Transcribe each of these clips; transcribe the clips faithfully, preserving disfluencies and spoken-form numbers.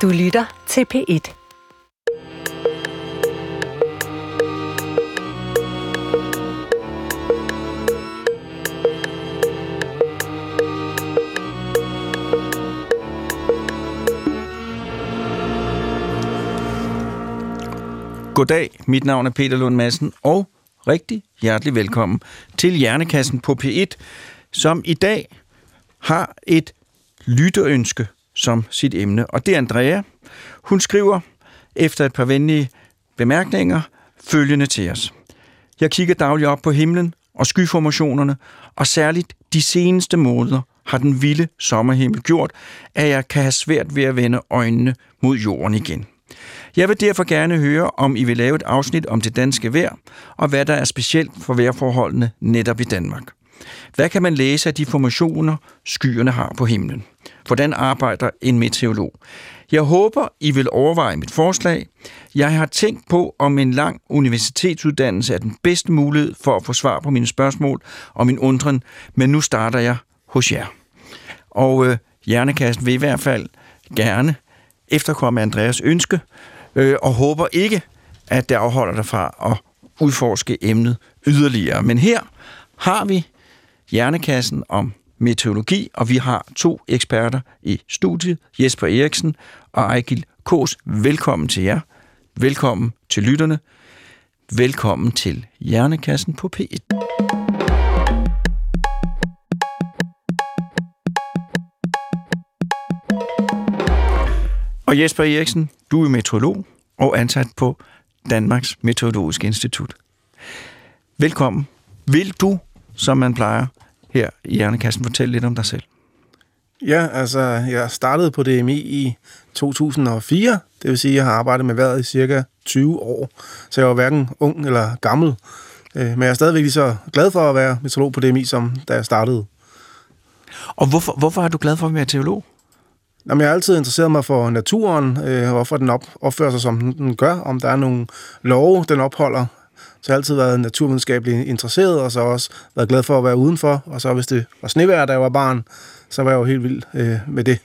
Du lytter til P et. Goddag, mit navn er Peter Lund Madsen, og rigtig hjertelig velkommen til Hjernekassen på P et, som i dag har et lytterønske som sit emne. Og det er Andrea. Hun skriver efter et par venlige bemærkninger følgende til os. Jeg kigger dagligt op på himlen og skyformationerne, og særligt de seneste måneder har den vilde sommerhimmel gjort, at jeg kan have svært ved at vende øjnene mod jorden igen. Jeg vil derfor gerne høre, om I vil lave et afsnit om det danske vejr, og hvad der er specielt for vejrforholdene netop i Danmark. Hvad kan man læse af de formationer, skyerne har på himlen? Hvordan arbejder en meteorolog? Jeg håber, I vil overveje mit forslag. Jeg har tænkt på, om en lang universitetsuddannelse er den bedste mulighed for at få svar på mine spørgsmål og min undren, men nu starter jeg hos jer. Og øh, Hjernekassen vil i hvert fald gerne efterkomme Andreas ønske, øh, og håber ikke, at det afholder dig fra at udforske emnet yderligere. Men her har vi Hjernekassen om meteorologi, og vi har to eksperter i studiet, Jesper Eriksen og Ejgil Kaas. Velkommen til jer. Velkommen til lytterne. Velkommen til Hjernekassen på P et. Og Jesper Eriksen, du er meteorolog og ansat på Danmarks Meteorologiske Institut. Velkommen. Vil du, som man plejer her i Hjernekassen, fortælle lidt om dig selv? Ja, altså, jeg startede på D M I i to tusind og fire. Det vil sige, at jeg har arbejdet med vejret i cirka tyve år. Så jeg var hverken ung eller gammel. Men jeg er stadigvæk lige så glad for at være meteorolog på D M I, som da jeg startede. Og hvorfor, hvorfor er du glad for at være meteorolog? Jamen, jeg har altid interesseret mig for naturen, øh, hvorfor den op, opfører sig, som den gør, om der er nogle love, den opholder. Så jeg har altid været naturvidenskabeligt interesseret, og så også været glad for at være udenfor. Og så hvis det var snevejr, da jeg var barn, så var jeg jo helt vild øh, med det.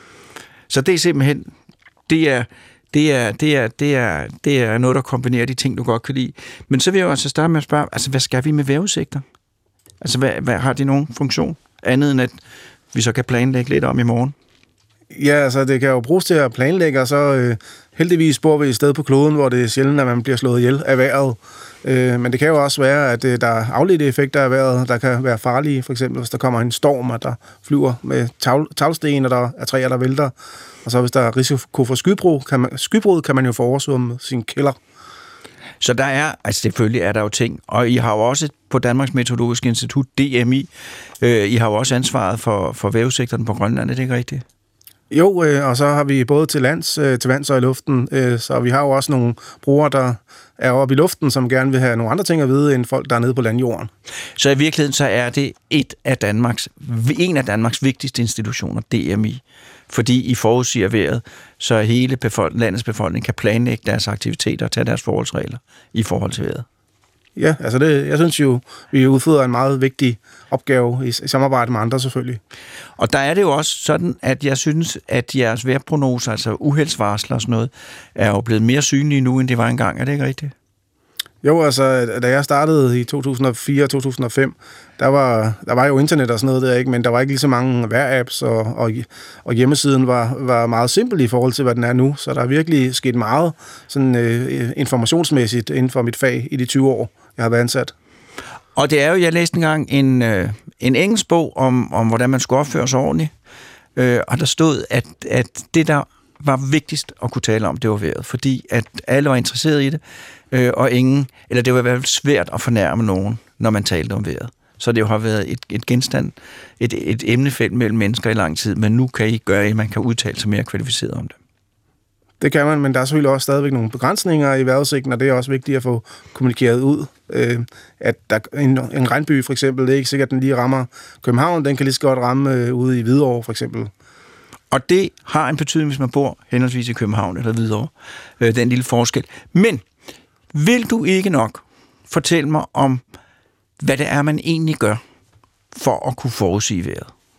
Så det er simpelthen, det er, det er, det er, det er, det er noget, der kombinerer de ting, du godt kan lide. Men så vil jeg jo altså starte med at spørge, altså hvad skal vi med vejrudsigter? Altså hvad, hvad har de nogen funktion? Andet end at vi så kan planlægge lidt om i morgen? Ja, altså det kan jo bruges til at planlægge, og så øh, heldigvis bor vi et sted på kloden, hvor det er sjældent, at man bliver slået ihjel af vejret. Øh, men det kan jo også være, at øh, der er afledte effekter af vejret, der kan være farlige. For eksempel hvis der kommer en storm, og der flyver med tag, tagsten, og der er træer, der vælter. Og så hvis der er risiko for skybrud, kan man, skybrud kan man jo få oversvømme sin kælder. Så der er, altså selvfølgelig er der jo ting, og I har jo også på Danmarks Meteorologiske Institut, D M I, øh, I har jo også ansvaret for, for vejrudsigterne på Grønland, er det ikke rigtigt? Jo, øh, og så har vi både til lands, øh, til vands og i luften, øh, så vi har jo også nogle brugere, der er oppe i luften, som gerne vil have nogle andre ting at vide, end folk, der er nede på landjorden. Så i virkeligheden så er det et af Danmarks, en af Danmarks vigtigste institutioner, D M I, fordi I forudsiger vejret, så hele befolkning, landets befolkning kan planlægge deres aktiviteter og tage deres forholdsregler i forhold til vejret. Ja, altså det, jeg synes jo, vi udfører en meget vigtig opgave i, i samarbejde med andre selvfølgelig. Og der er det jo også sådan, at jeg synes, at jeres vejrprognoser, altså uheldsvarsler og sådan noget, er jo blevet mere synlige nu, end det var engang. Er det ikke rigtigt? Jo, altså, da jeg startede i to tusind og fire og to tusind og fem, der var, der var jo internet og sådan noget der, ikke? Men der var ikke lige så mange vejr-apps, og, og, og hjemmesiden var, var meget simpel i forhold til, hvad den er nu. Så der er virkelig sket meget sådan, øh, informationsmæssigt inden for mit fag i de tyve år, jeg har været ansat. Og det er jo, jeg læste engang en, øh, en engelsk bog om, om, hvordan man skulle opføre sig ordentligt, øh, og der stod, at, at det, der var vigtigst at kunne tale om, det var vejret, fordi at alle var interesseret i det, øh, og ingen, eller det var i hvert fald svært at fornærme nogen, når man talte om vejret. Så det jo har været et, et genstand, et, et emnefelt mellem mennesker i lang tid, men nu kan I gøre, at man kan udtale sig mere kvalificeret om det. Det kan man, men der er selvfølgelig også stadigvæk nogle begrænsninger i vejrudsigten, og det er også vigtigt at få kommunikeret ud. Øh, at der, en, en regnby for eksempel, det er ikke sikkert, at den lige rammer København, den kan lige så godt ramme øh, ude i Hvidovre for eksempel. Og det har en betydning, hvis man bor henholdsvis i København eller Hvidovre, øh, den lille forskel. Men vil du ikke nok fortælle mig om, hvad det er, man egentlig gør for at kunne forudsige vejret?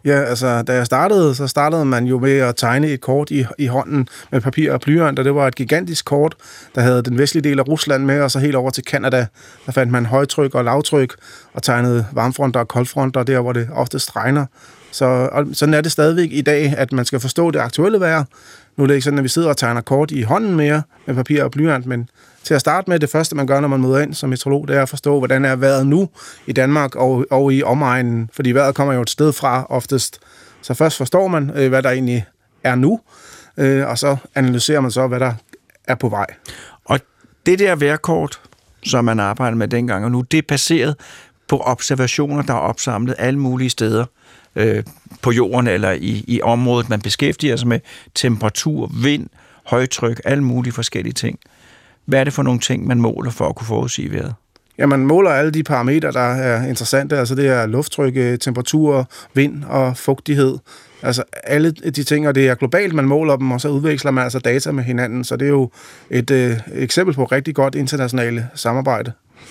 Ja, altså, da jeg startede, så startede man jo med at tegne et kort i, i hånden med papir og blyant, og det var et gigantisk kort, der havde den vestlige del af Rusland med, og så helt over til Canada. Der fandt man højtryk og lavtryk, og tegnede varmfronter og koldfronter, der hvor det oftest regner. Så og sådan er det stadigvæk i dag, at man skal forstå det aktuelle vejr. Nu er det ikke sådan, at vi sidder og tegner kort i hånden mere med papir og blyant, men til at starte med, det første, man gør, når man møder ind som meteorolog, det er at forstå, hvordan er vejret nu i Danmark og, og i omegnen, fordi vejret kommer jo et sted fra oftest. Så først forstår man, hvad der egentlig er nu, og så analyserer man så, hvad der er på vej. Og det der vejrkort, som man arbejder med dengang og nu, det er baseret på observationer, der er opsamlet alle mulige steder øh, på jorden eller i, i området, man beskæftiger sig med, temperatur, vind, højtryk, alle mulige forskellige ting. Hvad er det for nogle ting, man måler for at kunne forudsige vejret? Ja, man måler alle de parametre, der er interessante. Altså det er lufttryk, temperatur, vind og fugtighed. Altså alle de ting, og det er globalt, man måler dem, og så udveksler man altså data med hinanden. Så det er jo et øh, eksempel på rigtig godt internationale samarbejde.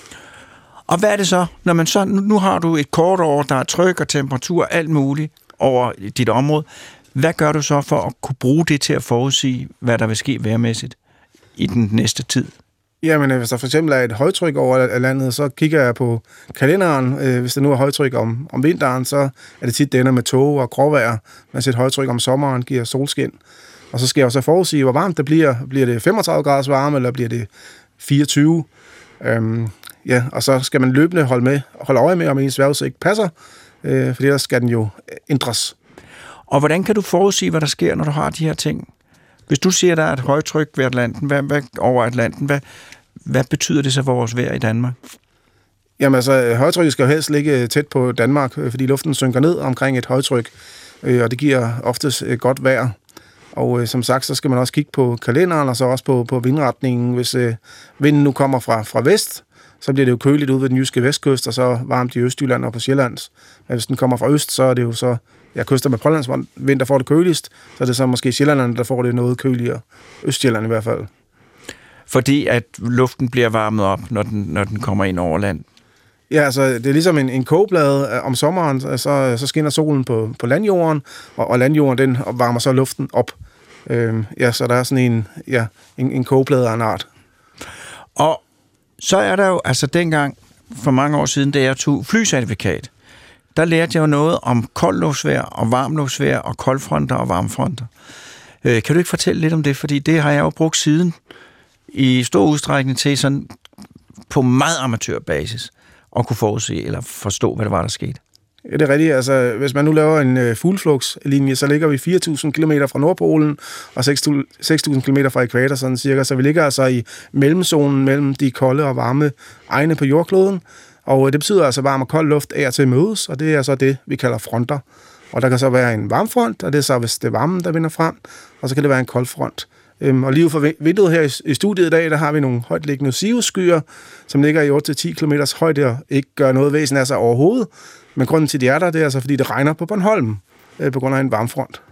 Og hvad er det så, når man så, nu har du et kort over, der er tryk og temperatur, alt muligt over dit område. Hvad gør du så for at kunne bruge det til at forudsige, hvad der vil ske vejrmæssigt i den næste tid? Jamen, hvis der for eksempel er et højtryk over landet, så kigger jeg på kalenderen. Hvis der nu er højtryk om, om vinteren, så er det tit, det ender med tåge og gråvejr. Mens et højtryk om sommeren giver solskin. Og så skal jeg også forudsige, hvor varmt det bliver. Bliver det femogtredive graders varme, eller bliver det fireogtyve? Øhm, ja, og så skal man løbende holde, med, holde øje med, om ens vejrudsigt passer, øh, fordi ellers skal den jo ændres. Og hvordan kan du forudsige, hvad der sker, når du har de her ting? Hvis du siger, der er et højtryk ved Atlanten, hvad, hvad, over Atlanten, hvad, hvad betyder det så for vores vejr i Danmark? Jamen altså, højtrykket skal jo helst ligge tæt på Danmark, fordi luften synker ned omkring et højtryk, og det giver oftest godt vejr. Og som sagt, så skal man også kigge på kalenderen, og så også på, på vindretningen. Hvis øh, vinden nu kommer fra, fra vest, så bliver det jo køligt ude ved den jyske vestkyst, og så varmt i Østjylland og på Sjælland. Men hvis den kommer fra øst, så er det jo så ja, kyster med Prollands vind, der får det køligst, så er det så måske Sjælland, der får det noget køligere. Østjylland i hvert fald. Fordi at luften bliver varmet op, når den, når den kommer ind over land? Ja, altså det er ligesom en, en kogeplade om sommeren, så, så skinner solen på, på landjorden, og, og landjorden den varmer så luften op. Øhm, ja, så der er sådan en, ja, en, en kogeplade af en art. Og så er der jo, altså dengang, for mange år siden, da jeg tog flycertifikat, der lærte jeg jo noget om koldluftsvejr og varmluftsvejr og koldfronter og varmfronter. Øh, kan du ikke fortælle lidt om det? Fordi det har jeg jo brugt siden i stor udstrækning til sådan på meget amatørbasis at kunne forudse eller forstå, hvad det var, der skete. Ja, det er rigtigt. Altså, hvis man nu laver en øh, fugleflugtslinje, så ligger vi fire tusind kilometer fra Nordpolen og seks tusind kilometer fra ækvator, sådan cirka. Så vi ligger altså i mellemzonen mellem de kolde og varme egne på jordkloden. Og det betyder altså, at varm og kold luft er til mødes, og det er så det, vi kalder fronter. Og der kan så være en varmfront, og det er så, hvis det er varmen, der vinder frem, og så kan det være en koldfront. Øhm, og lige for vinduet her i studiet i dag, der har vi nogle højtliggende cirrusskyer, som ligger i otte til ti kilometers højde og ikke gør noget væsen af sig overhovedet. Men grunden til, de er der, det er altså, fordi det regner på Bornholm øh, på grund af en varmfront.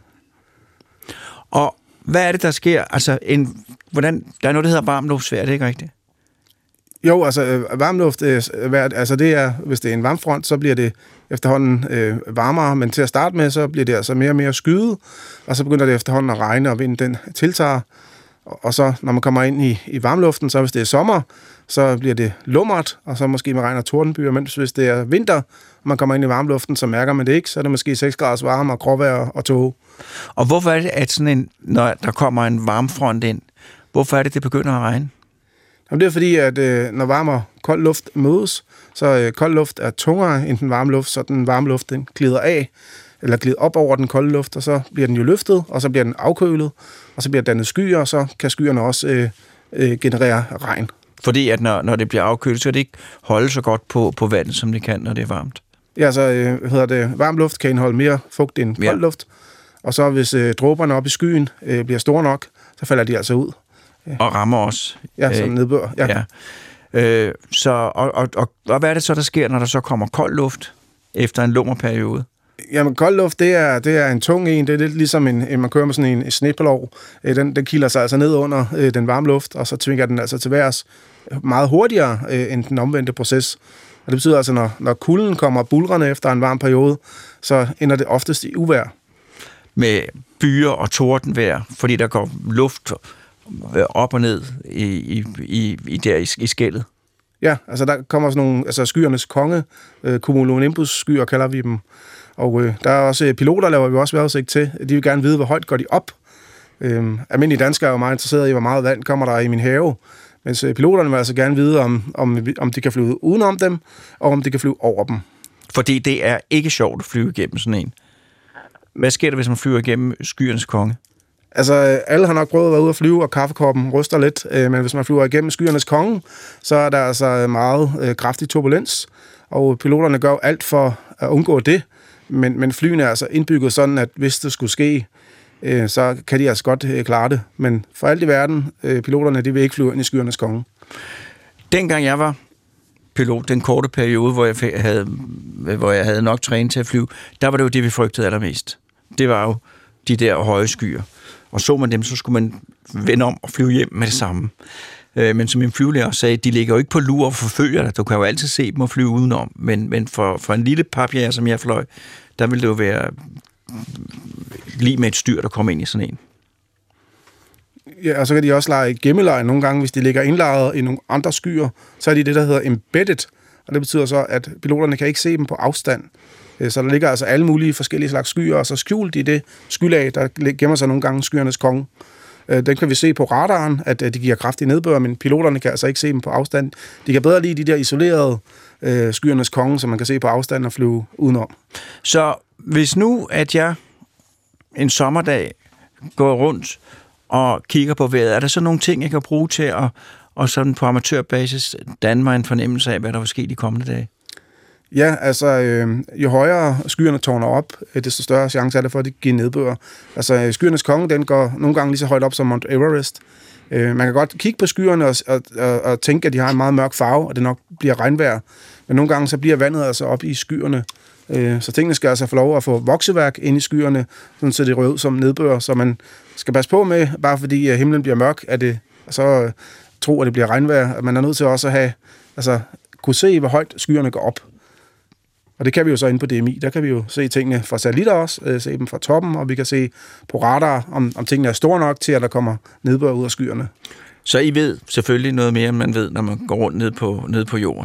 Og hvad er det, der sker? Altså, en, hvordan, der er noget, der hedder varmluftsvejr, det er ikke rigtigt? Jo, altså øh, varmluft, øh, altså det er, hvis det er en varmfront, så bliver det efterhånden øh, varmere, men til at starte med, så bliver det altså mere og mere skyet, og så begynder det efterhånden at regne, og vinden den tiltager. Og, og så, når man kommer ind i, i varmluften, så hvis det er sommer, så bliver det lummert, og så måske med regn og tordenbyer, mens hvis det er vinter, og man kommer ind i varmluften, så mærker man det ikke, så er det måske seks graders varme og gråvejr og tåge. Og hvorfor er det, at sådan en, når der kommer en varmfront ind, hvorfor er det, det begynder at regne? Jamen, det er fordi, at øh, når varm og kold luft mødes, så øh, kold luft er tungere end den varme luft, så den varme luft den glider af, eller glider op over den kolde luft, og så bliver den jo løftet, og så bliver den afkølet, og så bliver dannet skyer, og så kan skyerne også øh, øh, generere regn. Fordi at når, når det bliver afkølet, så kan det ikke holde så godt på, på vandet, som det kan, når det er varmt? Ja, så øh, hedder det, varm luft kan indeholde mere fugt end kold ja. luft, og så hvis øh, dråberne op i skyen øh, bliver store nok, så falder de altså ud. Og rammer også. Ja, som nedbør. Ja. ja. Øh, så, og, og, og, og hvad er det så, der sker, når der så kommer kold luft efter en lummerperiode? Jamen, kold luft, det er, det er en tung en. Det er lidt ligesom, en, en man kører med sådan en, en snibbalov. Den, den kilder sig altså ned under øh, den varme luft, og så tvinger den altså til værs meget hurtigere øh, end den omvendte proces. Og det betyder altså, når, når kulden kommer bulrende efter en varm periode, så ender det oftest i uvejr. Med byer og tordenvejr, fordi der går luft op og ned i, i, i, i der i, i skældet. Ja, altså der kommer sådan nogle, altså skyernes konge, øh, cumulonimbus-skyer kalder vi dem. Og øh, der er også piloter, laver vi også vejrudsigt til. De vil gerne vide, hvor højt går de op. Øh, almindelige danskere er jo meget interesserede i, hvor meget vand kommer der i min have. Mens øh, piloterne vil altså gerne vide, om, om, om de kan flyve udenom dem, og om de kan flyve over dem. Fordi det er ikke sjovt at flyve igennem sådan en. Hvad sker der, hvis man flyver igennem skyernes konge? Altså, alle har nok prøvet at være ude at flyve, og kaffekoppen ryster lidt, øh, men hvis man flyver igennem skyernes konge, så er der altså meget øh, kraftig turbulens, og piloterne gør alt for at undgå det, men, men flyene er altså indbygget sådan, at hvis det skulle ske, øh, så kan de altså godt øh, klare det. Men for alt i verden, øh, piloterne, de vil ikke flyve ind i skyernes konge. Dengang jeg var pilot, den korte periode, hvor jeg havde, hvor jeg havde nok trænet til at flyve, der var det jo det, vi frygtede allermest. Det var jo de der høje skyer. Og så man dem, så skulle man vende om og flyve hjem med det samme. Men som min flyvelærer sagde, de ligger jo ikke på lur og forfølger dig. Du kan jo altid se dem og flyve udenom. Men, men for, for en lille papjæger, som jeg fløj, der ville det jo være lige med et styr, der kom ind i sådan en. Ja, og så kan de også lege gemmeleje nogle gange, hvis de ligger indlejret i nogle andre skyer. Så er de det, der hedder embedded. Og det betyder så, at piloterne kan ikke se dem på afstand. Så der ligger altså alle mulige forskellige slags skyer, og så skjult i det skylag, der gemmer sig nogle gange skyernes konge. Den kan vi se på radaren, at de giver kraftig nedbør, men piloterne kan altså ikke se dem på afstand. De kan bedre lide de der isolerede øh, skyernes konge, som man kan se på afstand og flyve udenom. Så hvis nu, at jeg en sommerdag går rundt og kigger på vejret, er der så nogle ting, jeg kan bruge til at, og sådan på amatørbasis, danne mig en fornemmelse af, hvad der vil ske de kommende dage? Ja, altså, øh, jo højere skyerne tårner op, desto større chance er det for, at de giver nedbør. Altså, skyernes konge, den går nogle gange lige så højt op som Mount Everest. Øh, man kan godt kigge på skyerne og, og, og, og tænke, at de har en meget mørk farve, og det nok bliver regnvejr. Men nogle gange så bliver vandet altså op i skyerne. Øh, så tingene skal altså få lov at få vokseværk ind i skyerne, sådan så det rød ud som nedbør. Så man skal passe på med, bare fordi himlen bliver mørk, at det så tro, at det bliver regnvejr. Man er nødt til også at have, altså, kunne se, hvor højt skyerne går op. Og det kan vi jo så inde på D M I. Der kan vi jo se tingene fra satellitter også, øh, se dem fra toppen, og vi kan se på radar, om, om tingene er store nok til, at der kommer nedbør ud af skyerne. Så I ved selvfølgelig noget mere, end man ved, når man går rundt ned på, ned på jorden.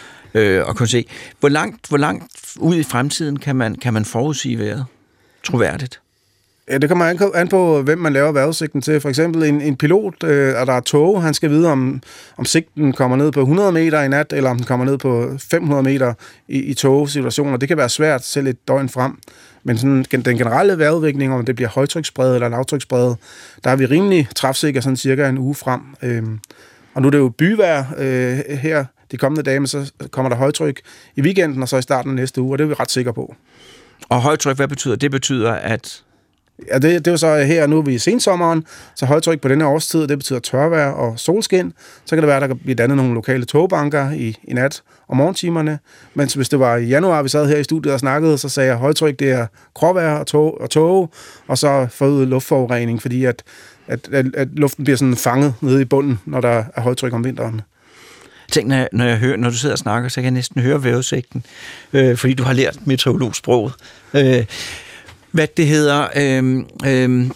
Øh, og kan se, hvor langt, hvor langt ud i fremtiden kan man, kan man forudsige vejret? Troværdigt? Ja, det kommer an på, hvem man laver vejrudsigten til. For eksempel en, en pilot, øh, og der er tog, han skal vide, om, om sigten kommer ned på hundrede meter i nat, eller om den kommer ned på fem hundrede meter i, i togsituationer. Det kan være svært selv et døgn frem. Men sådan, den generelle vejrudvikling, om det bliver højtryksbrede eller lavtryksbrede, der er vi rimelig træfsikre sådan cirka en uge frem. Øhm, og nu er det jo byvejr øh, her de kommende dage, men så kommer der højtryk i weekenden, og så i starten af næste uge, og det er vi ret sikre på. Og højtryk, hvad betyder det? Det betyder, at Ja, det, det er jo så her, nu er vi i sensommeren, så højtryk på denne årstid, det betyder tørvejr og solskin. Så kan det være, at der kan blive dannet nogle lokale togbanker i, i nat- og morgentimerne. Men hvis det var i januar, vi sad her i studiet og snakkede, så sagde jeg, at højtryk, det er gråvejr og tog, og tog, og så forøget luftforurening, fordi at, at, at, at luften bliver sådan fanget nede i bunden, når der er højtryk om vinteren. Tænk, når jeg, når, jeg hører, når du sidder og snakker, så kan jeg næsten høre vejrudsigten, øh, fordi du har lært meteorologsproget. Øh, Hvad det hedder. Øh, øh,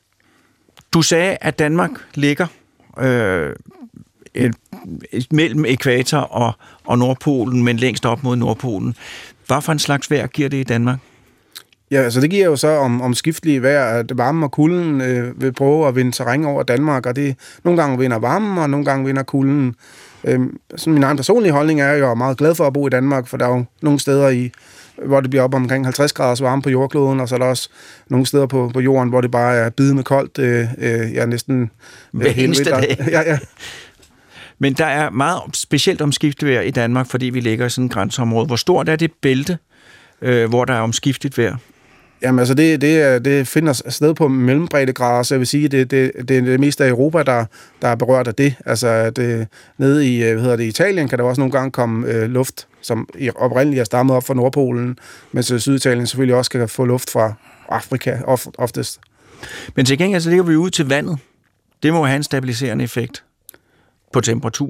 du sagde, at Danmark ligger øh, et, et, mellem ækvator og, og Nordpolen, men længst op mod Nordpolen. Hvad for en slags vejr giver det i Danmark? Ja, altså det giver jo så om, om skiftelige vejr, at varmen og kulden øh, vil prøve at vinde terræn over Danmark, og det nogle gange vinder varmen, og nogle gange vinder kulden. Øh, sådan min egen personlige holdning er, at jeg er meget glad for at bo i Danmark, for der er jo nogle steder i hvor det bliver op omkring halvtreds graders varme på jordkloden, og så er der også nogle steder på, på jorden, hvor det bare er bidende koldt. Øh, øh, jeg er næsten hver eneste dag. Ja, ja. Men der er meget specielt omskiftet vejr i Danmark, fordi vi ligger i sådan et grænseområde. Hvor stort er det bælte, øh, hvor der er omskiftet vejr? Jamen altså, det, det, det finder sted på mellembreddegrader, så jeg vil sige, at det, det, det er det meste af Europa, der, der er berørt af det. Altså, det, nede i hvad hedder det, Italien kan der også nogle gange komme øh, luft, som oprindeligt er stammet op fra Nordpolen, mens Syditalien selvfølgelig også kan få luft fra Afrika oftest. Men til gengæld så ligger vi ud til vandet. Det må have en stabiliserende effekt på temperaturen.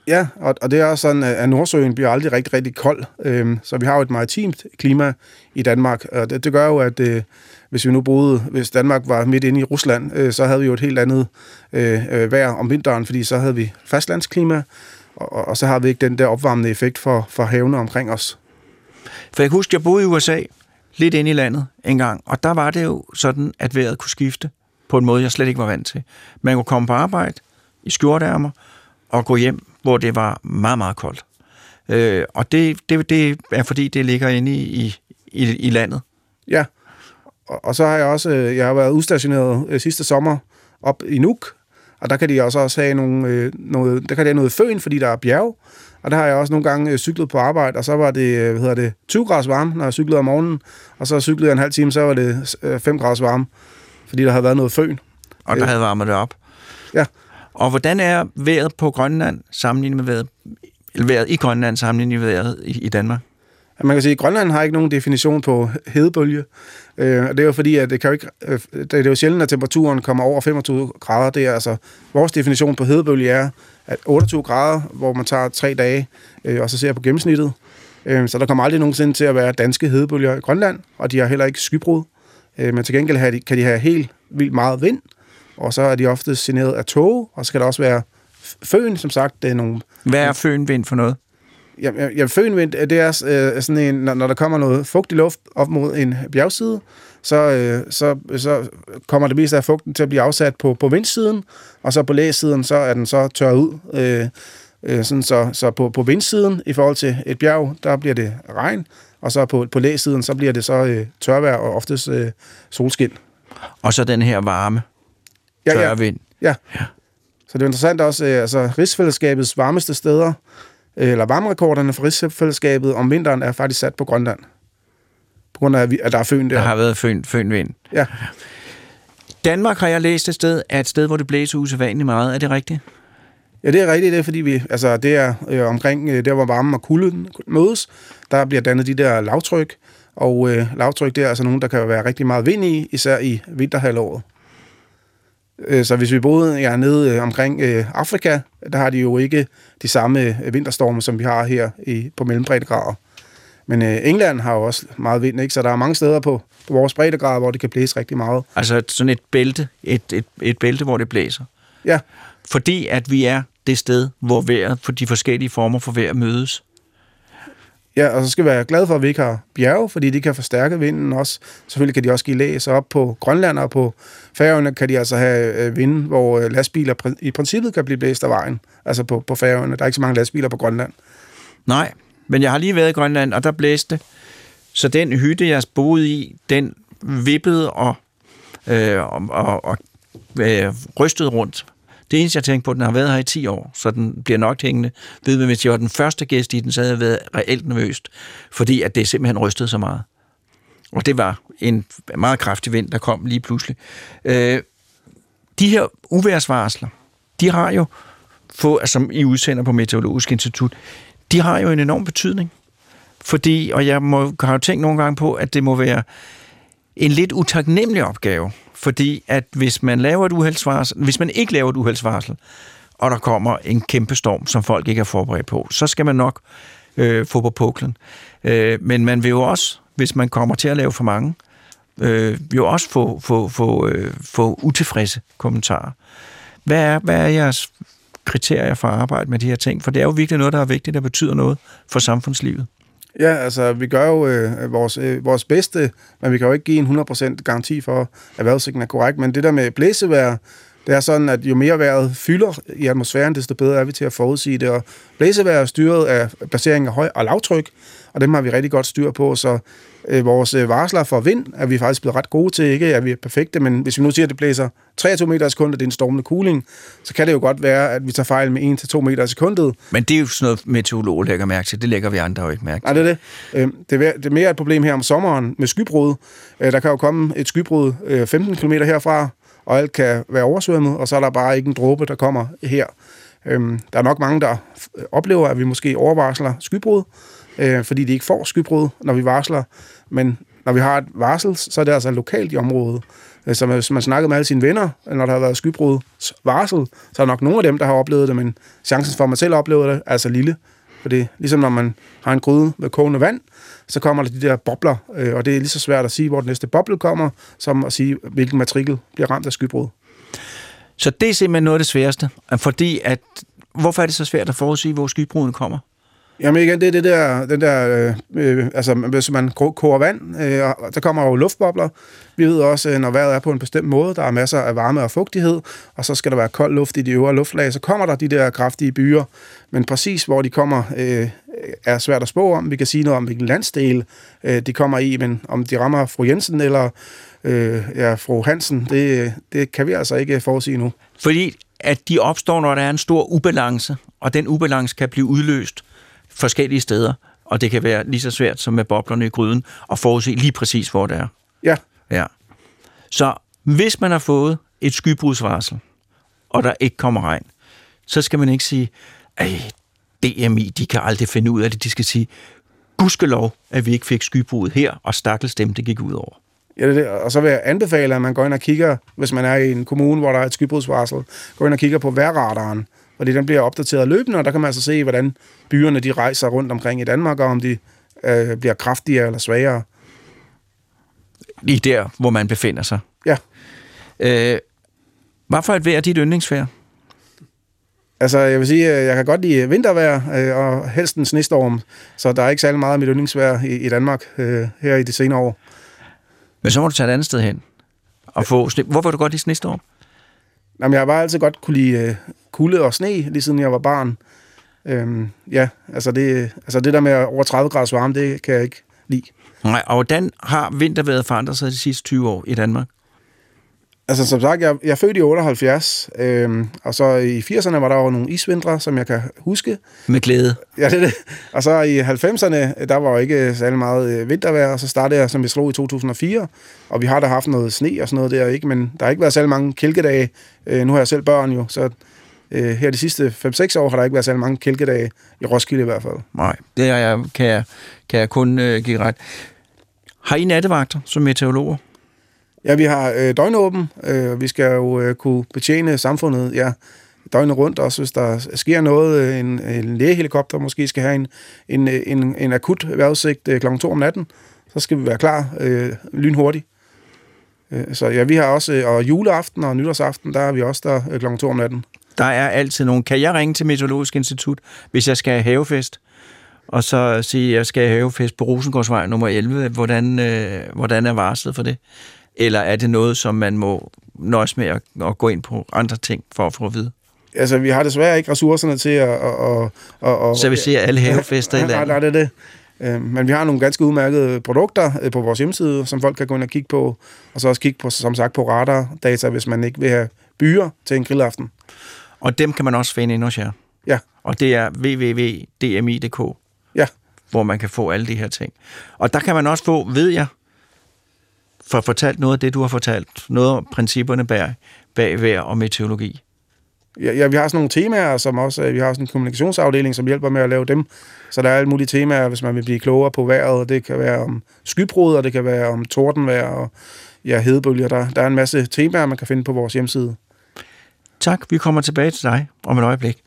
Ja, og, og det er også sådan, at Nordsøen bliver aldrig rigtig, rigtig kold. Øhm, så vi har jo et maritimt klima i Danmark, og det, det gør jo, at øh, hvis vi nu boede, hvis Danmark var midt inde i Rusland, øh, så havde vi jo et helt andet øh, øh, vejr om vinteren, fordi så havde vi fastlandsklimaet, og, og så har vi ikke den der opvarmende effekt for, for havene omkring os. For jeg kan huske, at jeg boede i U S A, lidt inde i landet en gang, og der var det jo sådan, at vejret kunne skifte på en måde, jeg slet ikke var vant til. Man kunne komme på arbejde i skjorteærmer og gå hjem, hvor det var meget, meget koldt. Øh, og det, det, det er fordi, det ligger inde i, i, i landet. Ja, og, og så har jeg også, jeg har været udstationeret øh, sidste sommer op i Nuuk, og der kan de også, også have nogle, øh, noget, der kan de have noget føn, fordi der er bjerg, og der har jeg også nogle gange øh, cyklet på arbejde, og så var det, hvad hedder det, tyve grader varme, når jeg cyklede om morgenen, og så cyklede jeg en halv time, så var det øh, fem grader varme, fordi der havde været noget føn. Og der øh. havde varmet det op. Ja. Og hvordan er vejret på Grønland sammenlignet med vejret, eller vejret i Grønland sammenlignet med vejret i, i Danmark? Man kan sige, at Grønland har ikke nogen definition på hedebølge. Øh, det er jo fordi, at det, kan jo ikke, øh, det er jo sjældent, at temperaturen kommer over femogtyve grader. Det er altså, vores definition på hedebølge er, at otteogtyve grader, hvor man tager tre dage, øh, og så ser på gennemsnittet. Øh, så der kommer aldrig nogensinde til at være danske hedebølger i Grønland, og de har heller ikke skybrud. Øh, men til gengæld have, kan de have helt vildt meget vind, og så er de ofte generet af tåge, og så kan der også være føn, som sagt. Det er nogle, Hvad er fønvind for noget? Ja, ja, fønvind, det er øh, sådan en, når, når der kommer noget fugtig luft op mod en bjergside, så, øh, så, så kommer det meste af fugten til at blive afsat på, på vindsiden, og så på læsiden, så er den så tørret ud. Øh, øh, sådan så, så på, på vindsiden, i forhold til et bjerg, der bliver det regn, og så på, på læsiden, så bliver det så øh, tørvejr og oftest øh, solskin. Og så den her varme tørvind. Ja, ja. ja. Så det er interessant også, øh, altså rigsfællesskabets varmeste steder, eller varmerekorderne for rigsfællesskabet om vinteren er faktisk sat på Grønland. På grund af, at der er føn der. Der har været føn, fønvind. Ja. Danmark, har jeg læst et sted, er et sted, hvor det blæser usædvanligt meget. Er det rigtigt? Ja, det er rigtigt. Det er, fordi vi, altså, det er øh, omkring øh, der, hvor varmen og kulden mødes. Der bliver dannet de der lavtryk. Og øh, lavtryk, det er altså nogen, der kan være rigtig meget vind i, især i vinterhalvåret. Så hvis vi boede ja, nede øh, omkring øh, Afrika, der har de jo ikke de samme øh, vinterstorme, som vi har her i, på mellembreddegrader. Men øh, England har jo også meget vind, ikke? Så der er mange steder på, på vores breddegrader, hvor det kan blæse rigtig meget. Altså sådan et bælte, et, et, et bælte, hvor det blæser? Ja. Fordi at vi er det sted, hvor vejret for de forskellige former for vejr mødes? Ja, og så skal vi være glade for, at vi ikke har bjerge, fordi de kan forstærke vinden også. Selvfølgelig kan de også give læs op på Grønland, og på Færøerne kan de altså have vind, hvor lastbiler i princippet kan blive blæst af vejen. Altså på, på Færøerne. Der er ikke så mange lastbiler på Grønland. Nej, men jeg har lige været i Grønland, og der blæste. Så den hytte, jeg boede i, den vippede og, øh, og, og, og øh, rystede rundt. Det eneste, jeg tænkte på, den har været her i ti år, så den bliver nok hængende. Ved, hvis jeg var den første gæst i den, så havde jeg været reelt nervøst, fordi at det simpelthen rystede så meget. Og det var en meget kraftig vind, der kom lige pludselig. Øh, de her uvejrsvarsler, de har jo, få, som I udsender på Meteorologisk Institut, de har jo en enorm betydning. Fordi, og jeg må, har jo tænkt nogle gange på, at det må være en lidt utaknemmelig opgave. Fordi at hvis man laver et uheldsvarsel, hvis man ikke laver et uheldsvarsel, og der kommer en kæmpe storm, som folk ikke er forberedt på, så skal man nok øh, få på puklen. Øh, men man vil jo også, hvis man kommer til at lave for mange, øh, jo også få, få, få, øh, få utilfredse kommentarer. Hvad er, hvad er jeres kriterier for at arbejde med de her ting? For det er jo virkelig noget, der er vigtigt, der betyder noget for samfundslivet. Ja, altså, vi gør jo øh, vores, øh, vores bedste, men vi kan jo ikke give en hundrede procent garanti for, at vejrudsigten er korrekt. Men det der med blæsevejr, det er sådan, at jo mere vejret fylder i atmosfæren, desto bedre er vi til at forudsige det. Og blæsevejr er styret af placering af høj- og lavtryk, og dem har vi rigtig godt styr på, så øh, vores øh, varsler for vind er vi faktisk blevet ret gode til. Ikke at vi er perfekte, men hvis vi nu siger, at det blæser treogtyve meter i sekundet, det er en stormende kuling, så kan det jo godt være, at vi tager fejl med en til to meter i sekundet. Men det er jo sådan noget, meteorologer lægger mærke til. Det lægger vi andre jo ikke mærke til. Nej, det er det. Øh, det, er, det er mere et problem her om sommeren med skybrud. Øh, der kan jo komme et skybrud øh, femten kilometer herfra, og alt kan være oversvømmet, og så er der bare ikke en dråbe, der kommer her. Øhm, der er nok mange, der oplever, at vi måske overvarsler skybrud, øh, fordi de ikke får skybrud, når vi varsler. Men når vi har et varsel, så er det altså lokalt i området. Så hvis man snakkede med alle sine venner, når der har været skybrudsvarsel, så er der nok nogle af dem, der har oplevet det, men chancen for, at man selv oplever det, er altså lille. Fordi ligesom når man har en gryde med kogende vand, så kommer der de der bobler, og det er lige så svært at sige, hvor den næste boble kommer, som at sige, hvilken matrikel bliver ramt af skybrud. Så det er simpelthen noget af det sværeste, fordi at, hvorfor er det så svært at forudsige, hvor skybruden kommer? Jamen igen, det er det der, den der øh, altså hvis man koger vand, øh, så kommer jo luftbobler. Vi ved også, når vejret er på en bestemt måde, der er masser af varme og fugtighed, og så skal der være kold luft i de øvre luftlag, så kommer der de der kraftige byer. Men præcis hvor de kommer, øh, er svært at spå om. Vi kan sige noget om, hvilken landsdel øh, de kommer i, men om de rammer fru Jensen eller øh, ja, fru Hansen, det, det kan vi altså ikke forudsige nu. Fordi at de opstår, når der er en stor ubalance, og den ubalance kan blive udløst forskellige steder, og det kan være lige så svært som med boblerne i gryden at forudse lige præcis, hvor det er. Ja. Ja. Så hvis man har fået et skybrudsvarsel, og der ikke kommer regn, så skal man ikke sige, at D M I, de kan aldrig finde ud af det. De skal sige, gudskelov, at vi ikke fik skybrud her, og stakkels dem, det gik ud over. Ja, det er det. Og så vil jeg anbefale, at man går ind og kigger, hvis man er i en kommune, hvor der er et skybrudsvarsel, går ind og kigger på vejrradaren, fordi den bliver opdateret løbende, og der kan man altså se, hvordan byerne de rejser rundt omkring i Danmark, og om de øh, bliver kraftigere eller svagere. Lige der, hvor man befinder sig. Ja. Øh, hvad for et vejr er dit yndlingsvejr? Altså, jeg vil sige, jeg kan godt lide vintervejr, øh, og helst en snestorm, så der er ikke særlig meget af mit yndlingsvejr i, i Danmark øh, her i de senere år. Men så må du tage et andet sted hen og få sne. Hvorfor vil du godt lide snestorm? Jamen, jeg har bare altid godt kunne lide øh, kulde og sne, lige siden jeg var barn. Øhm, ja, altså det, altså det der med over tredive graders varme, det kan jeg ikke lide. Nej, og hvordan har vintervejret forandret sig de sidste tyve år i Danmark? Altså som sagt, jeg, jeg er født i otteoghalvfjerds, øhm, og så i firserne var der jo nogle isvintre, som jeg kan huske. Med glæde. Ja, det er det. Og så i halvfemserne, der var jo ikke særlig meget vintervejr, og så startede jeg, som jeg slog i to tusind og fire, og vi har da haft noget sne og sådan noget der, ikke? Men der har ikke været særlig mange kælkedage. Øh, nu har jeg selv børn jo, så øh, her de sidste fem seks år har der ikke været særlig mange kælkedage, i Roskilde i hvert fald. Nej, det er jeg, kan, jeg, kan jeg kun øh, give ret. Har I nattevagter som meteorologer? Ja, vi har øh, døgnåben. Øh, vi skal jo øh, kunne betjene samfundet ja, døgnet rundt, også hvis der sker noget. En, en lægehelikopter måske skal have en, en, en, en akut vejrudsigt øh, klokken to om natten. Så skal vi være klar øh, lynhurtigt. Øh, så ja, vi har også, øh, og juleaften og nytårsaften, der er vi også der øh, klokken to om natten. Der er altid nogen. Kan jeg ringe til Meteorologisk Institut, hvis jeg skal have havefest? Og så sige, at jeg skal have havefest på Rosengårdsvej nummer elleve. Hvordan, øh, hvordan er varslet for det? Eller er det noget, som man må nøjes med at, at gå ind på andre ting for at få at vide? Altså, vi har desværre ikke ressourcerne til at... at, at, at så vi ser alle havefester i landet? Nej, det er det. Men vi har nogle ganske udmærkede produkter på vores hjemmeside, som folk kan gå ind og kigge på, og så også kigge på, som sagt, på radardata, hvis man ikke vil have byer til en grillaften. Og dem kan man også finde inde hos jer? Ja. Og det er w w w punktum d m i punktum d k? Ja. Hvor man kan få alle de her ting. Og der kan man også få, ved jeg, for fortalt noget af det, du har fortalt, noget om principperne bag, bag vejr og meteorologi. Ja, ja, vi har sådan nogle temaer, som også, vi har sådan en kommunikationsafdeling, som hjælper med at lave dem. Så der er alle mulige temaer, hvis man vil blive klogere på vejret. Det kan være om skybrud, og det kan være om tordenvejr og ja, hedebølger. Der, der er en masse temaer, man kan finde på vores hjemmeside. Tak, vi kommer tilbage til dig om et øjeblik.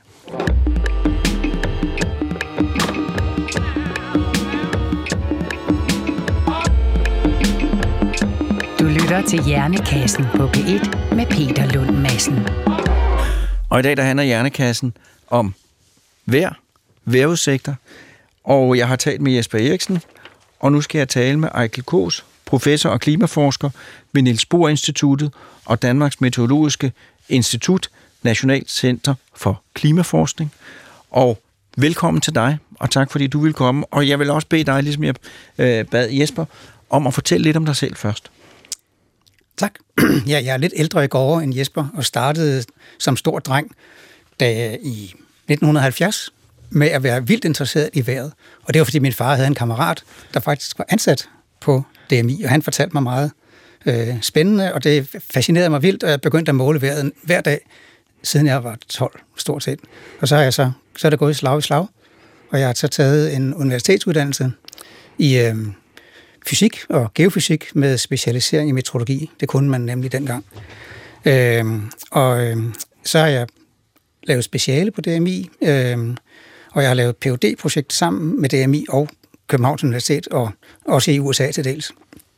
Du lytter til Hjernekassen på P et med Peter Lund Madsen. Og i dag der handler Hjernekassen om vejr, vejrudsigter, og jeg har talt med Jesper Eriksen, og nu skal jeg tale med Ejkel Kaas, professor og klimaforsker ved Niels Bohr Instituttet og Danmarks Meteorologiske Institut, Nationalt Center for Klimaforskning. Og velkommen til dig, og tak fordi du vil komme. Og jeg vil også bede dig, ligesom jeg øh, bad Jesper, om at fortælle lidt om dig selv først. Tak. Ja, jeg er lidt ældre i går end Jesper, og startede som stor dreng da i nitten halvfjerds med at være vildt interesseret i vejret. Og det var, fordi min far havde en kammerat, der faktisk var ansat på D M I, og han fortalte mig meget øh, spændende, og det fascinerede mig vildt, og jeg begyndte at måle vejret hver dag, siden jeg var tolv, stort set. Og så har jeg så, så er det gået slag i slag, og jeg har så taget en universitetsuddannelse i øh, fysik og geofysik med specialisering i meteorologi. Det kunne man nemlig dengang. Øh, og øh, så har jeg lavet speciale på D M I, øh, og jeg har lavet P H D-projekt sammen med D M I og Københavns Universitet, og også i U S A til dels.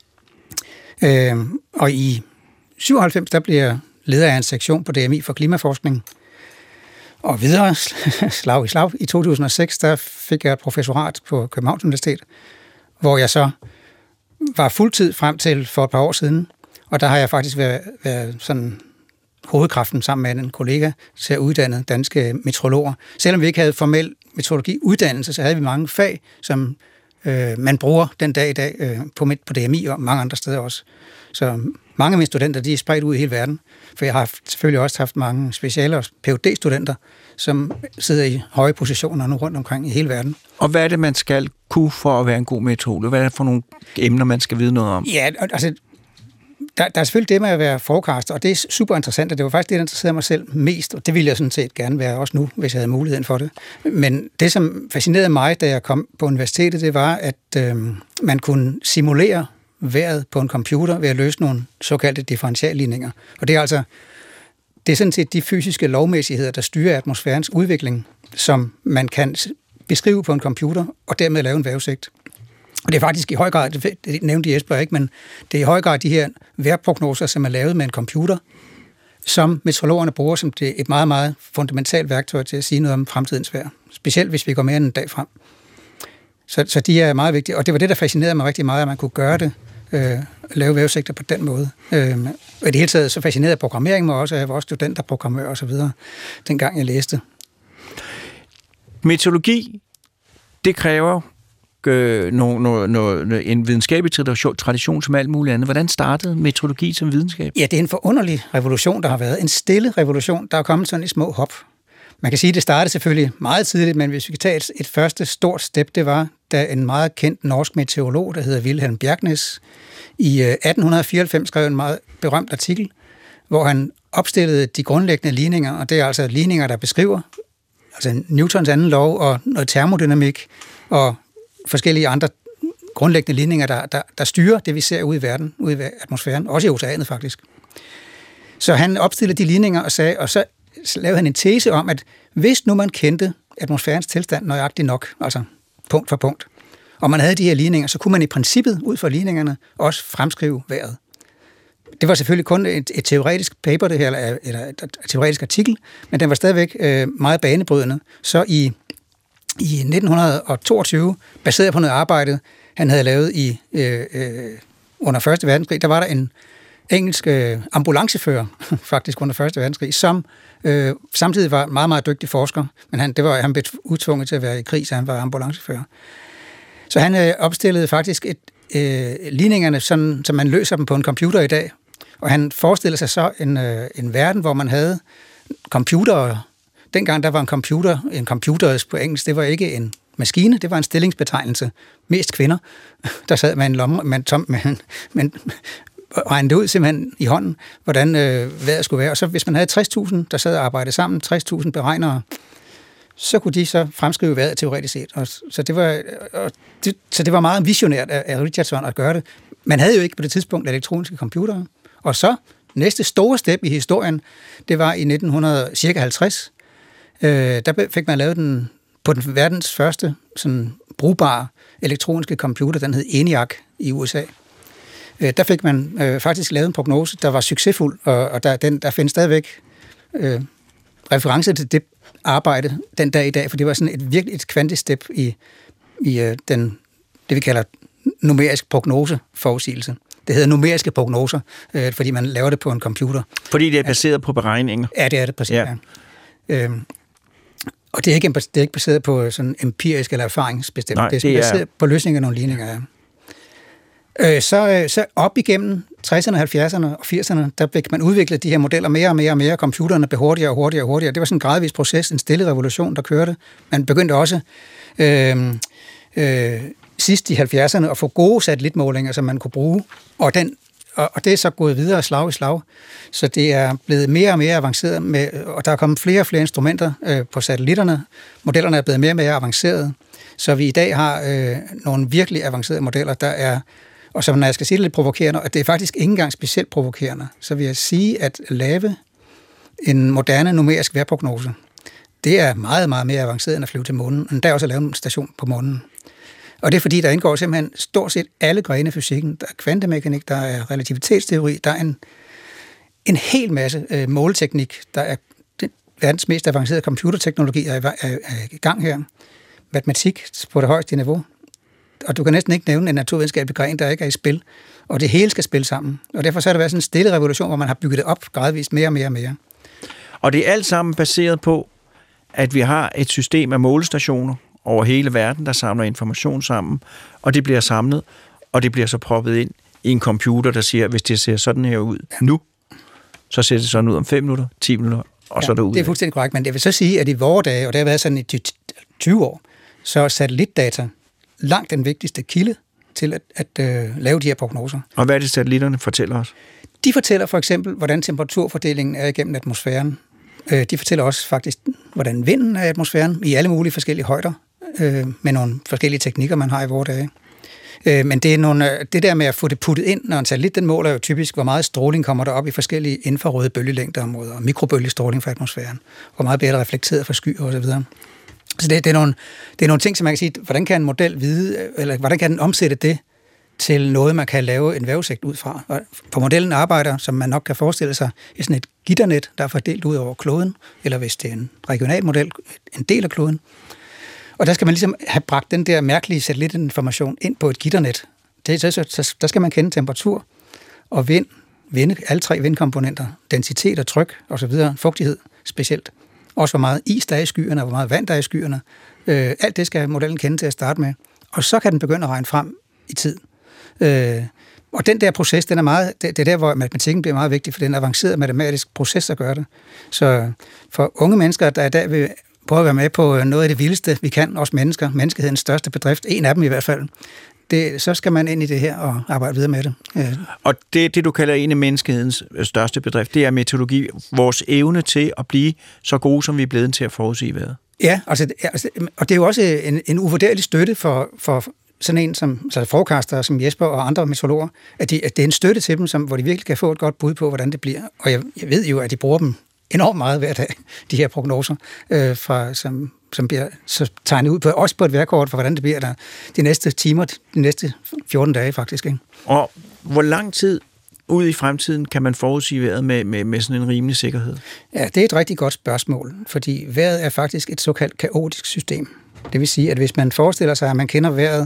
Øh, og i syvoghalvfems, der blev jeg leder af en sektion på D M I for klimaforskning. Og videre, slag i slag, i to tusind og seks, der fik jeg et professorat på Københavns Universitet, hvor jeg så var fuldtid frem til for et par år siden, og der har jeg faktisk været, været sådan hovedkraften sammen med en kollega til at uddanne danske meteorologer. Selvom vi ikke havde formel meteorologiuddannelse, så havde vi mange fag, som øh, man bruger den dag i dag øh, på, på D M I og mange andre steder også. Så mange af mine studenter, de er spredt ud i hele verden, for jeg har haft, selvfølgelig også haft mange speciale og P H D-studenter, som sidder i høje positioner nu rundt omkring i hele verden. Og hvad er det, man skal kunne for at være en god meteorolog? Hvad er det for nogle emner, man skal vide noget om? Ja, altså, der, der er selvfølgelig det med at være forecaster, og det er super interessant, og det var faktisk det, der interesserede mig selv mest, og det ville jeg sådan set gerne være også nu, hvis jeg havde muligheden for det. Men det, som fascinerede mig, da jeg kom på universitetet, det var, at øh, man kunne simulere vejret på en computer ved at løse nogle såkaldte differentialligninger. Og det er altså det er sådan set de fysiske lovmæssigheder, der styrer atmosfærens udvikling, som man kan beskrive på en computer, og dermed lave en vejrudsigt. Og det er faktisk i høj grad, det nævnte Jesper ikke, men det er i høj grad de her vejrprognoser, som er lavet med en computer, som meteorologerne bruger som det et meget, meget fundamentalt værktøj til at sige noget om fremtidens vejr. Specielt hvis vi går mere end en dag frem. Så, så de er meget vigtige, og det var det, der fascinerede mig rigtig meget, at man kunne gøre det, øh, lave vejrudsigter på den måde. Øh, og i det hele taget så fascinerede programmering mig også, at jeg var også studenterprogrammør og så videre, dengang jeg læste. Meteorologi, det kræver øh, no, no, no, en videnskabelig tradition som alt muligt andet. Hvordan startede meteorologi som videnskab? Ja, det er en forunderlig revolution, der har været. En stille revolution, der er kommet sådan i små hop. Man kan sige, at det startede selvfølgelig meget tidligt, men hvis vi kan tage et, et første stort step, det var, da en meget kendt norsk meteorolog, der hedder Wilhelm Bjerknes, i atten fireoghalvfems skrev en meget berømt artikel, hvor han opstillede de grundlæggende ligninger, og det er altså ligninger, der beskriver altså Newtons anden lov og noget termodynamik og forskellige andre grundlæggende ligninger, der, der, der styrer det, vi ser ude i verden, ude i atmosfæren, også i oceanet faktisk. Så han opstillede de ligninger og sagde, og så lavede han en tese om, at hvis nu man kendte atmosfærens tilstand nøjagtigt nok, altså punkt for punkt, og man havde de her ligninger, så kunne man i princippet ud fra ligningerne også fremskrive vejret. Det var selvfølgelig kun et, et teoretisk paper, det her, eller, eller et, et teoretisk artikel, men den var stadigvæk øh, meget banebrydende. Så i, i nitten toogtyve, baseret på noget arbejde, han havde lavet i øh, øh, under første verdenskrig, der var der en engelsk øh, ambulancefører, faktisk under første verdenskrig, som øh, samtidig var meget, meget dygtig forsker, men han, det var, han blev udtvunget til at være i krig, så han var ambulancefører. Så han øh, opstillede faktisk et, øh, ligningerne, sådan, så man løser dem på en computer i dag, og han forestillede sig så en, øh, en verden, hvor man havde computere. Dengang der var en computer, en computer på engelsk, det var ikke en maskine, det var en stillingsbetegnelse. Mest kvinder, der sad med en lomme, man tom, med, men regnede ud simpelthen i hånden, hvordan øh, vejret skulle være. Og så hvis man havde tres tusind, der sad og arbejdede sammen, tres tusind beregnere, så kunne de så fremskrive vejret teoretisk set. Og, så, det var, og det, så det var meget visionært af, af Richardson at gøre det. Man havde jo ikke på det tidspunkt elektroniske computere. Og så næste store step i historien, det var i nitten halvtreds. Øh, der fik man lavet den på den verdens første sådan brugbare elektroniske computer, den hed ENIAC i U S A. Øh, der fik man øh, faktisk lavet en prognose, der var succesfuld, og, og der, den, der findes stadigvæk øh, reference til det arbejde den dag i dag, for det var sådan et virkelig et kvantestep i, i øh, den, det vi kalder numerisk prognoseforudsigelse. Det hedder numeriske prognoser, øh, fordi man laver det på en computer. Fordi det er baseret at, på beregninger? Ja, det er det præcis. Ja. Ja. Øhm, og det er, ikke, det er ikke baseret på sådan empirisk eller erfaringsbestemt. Nej, det er, det er baseret på løsninger af nogle ligninger. Ja. Øh, så, så op igennem tresserne, halvfjerdserne og firserne, der fik man udviklet de her modeller mere og mere og mere. Computerne blev hurtigere og hurtigere og hurtigere. Det var sådan en gradvis proces, en stille revolution, der kørte. Man begyndte også øh, øh, sidst i halvfjerdserne at få gode satellitmålinger, som man kunne bruge. Og, den, og, og det er så gået videre slag i slag. Så det er blevet mere og mere avanceret, med, og der er kommet flere og flere instrumenter øh, på satellitterne. Modellerne er blevet mere og mere avancerede. Så vi i dag har øh, nogle virkelig avancerede modeller, der er Og så når jeg skal sige det lidt provokerende, og det er faktisk ikke engang specielt provokerende, så vil jeg sige, at lave en moderne numerisk vejrprognose, det er meget, meget mere avanceret end at flyve til månen, og der er også at lave en station på månen. Og det er fordi, der indgår simpelthen stort set alle grene af fysikken. Der er kvantemekanik, der er relativitetsteori, der er en, en hel masse øh, måleteknik, der er den, verdens mest avancerede computerteknologi er, er, er i gang her. Matematik på det højeste niveau. Og du kan næsten ikke nævne en naturvidenskabelig gren, der ikke er i spil. Og det hele skal spille sammen. Og derfor så er der været sådan en stille revolution, hvor man har bygget det op gradvist mere og mere og mere. Og det er alt sammen baseret på, at vi har et system af målestationer over hele verden, der samler information sammen, og det bliver samlet, og det bliver så proppet ind i en computer, der siger, hvis det ser sådan her ud ja. nu, så ser det sådan ud om fem minutter, ti minutter, og ja, så er det ud. Det er fuldstændig korrekt, men jeg vil så sige, at i vore dage, og det har været sådan i tyve år, så er satellitdata langt den vigtigste kilde til at, at øh, lave de her prognoser. Og hvad er det, satellitterne fortæller os? De fortæller for eksempel, hvordan temperaturfordelingen er igennem atmosfæren. Øh, de fortæller også faktisk, hvordan vinden er i atmosfæren i alle mulige forskellige højder, øh, med nogle forskellige teknikker, man har i vore dage. Øh, men det, er nogle, det der med at få det puttet ind, når en satellit, den måler jo typisk, hvor meget stråling kommer der op i forskellige infrarøde bølgelængdeområder, og mikrobølgestråling fra atmosfæren, hvor meget bliver der reflekteret fra skyer osv. Så det, det, er nogle, det er nogle ting, som man kan sige, hvordan kan en model vide, eller hvordan kan den omsætte det til noget, man kan lave en vejrudsigt ud fra. Og på modellen arbejder, som man nok kan forestille sig, i sådan et gitternet, der er fordelt ud over kloden, eller hvis det er en regional model, en del af kloden. Og der skal man ligesom have bragt den der mærkelige satellitinformation ind på et gitternet. Det, så, så, der skal man kende temperatur og vind, vind, alle tre vindkomponenter, densitet og tryk osv., fugtighed specielt. Også hvor meget is der er i skyerne, og hvor meget vand der er i skyerne. Øh, alt det skal modellen kende til at starte med. Og så kan den begynde at regne frem i tid. Øh, og den der proces, den er meget, det, det er der, hvor matematikken bliver meget vigtig, for det er en avanceret matematisk proces at gøre det. Så for unge mennesker, der i dag vil prøve at være med på noget af det vildeste, vi kan, også mennesker, menneskehedens største bedrift, en af dem i hvert fald, det, så skal man ind i det her og arbejde videre med det. Øh. Og det, det, du kalder en af menneskehedens største bedrift, det er meteorologi, vores evne til at blive så gode, som vi er blevet til at forudsige vejret. Ja, altså, altså, og det er jo også en, en uvurderlig støtte for, for sådan en som altså forecaster, som Jesper og andre meteorologer, at, de, at det er en støtte til dem, som, hvor de virkelig kan få et godt bud på, hvordan det bliver. Og jeg, jeg ved jo, at de bruger dem enormt meget hver dag, de her prognoser, øh, fra, som, som bliver så tegnet ud på, også på et vejrkort, for hvordan det bliver der de næste timer, de næste fjorten dage faktisk. Ikke? Og hvor lang tid ud i fremtiden kan man forudsige vejret med, med, med sådan en rimelig sikkerhed? Ja, det er et rigtig godt spørgsmål, fordi vejret er faktisk et såkaldt kaotisk system. Det vil sige, at hvis man forestiller sig, at man kender vejret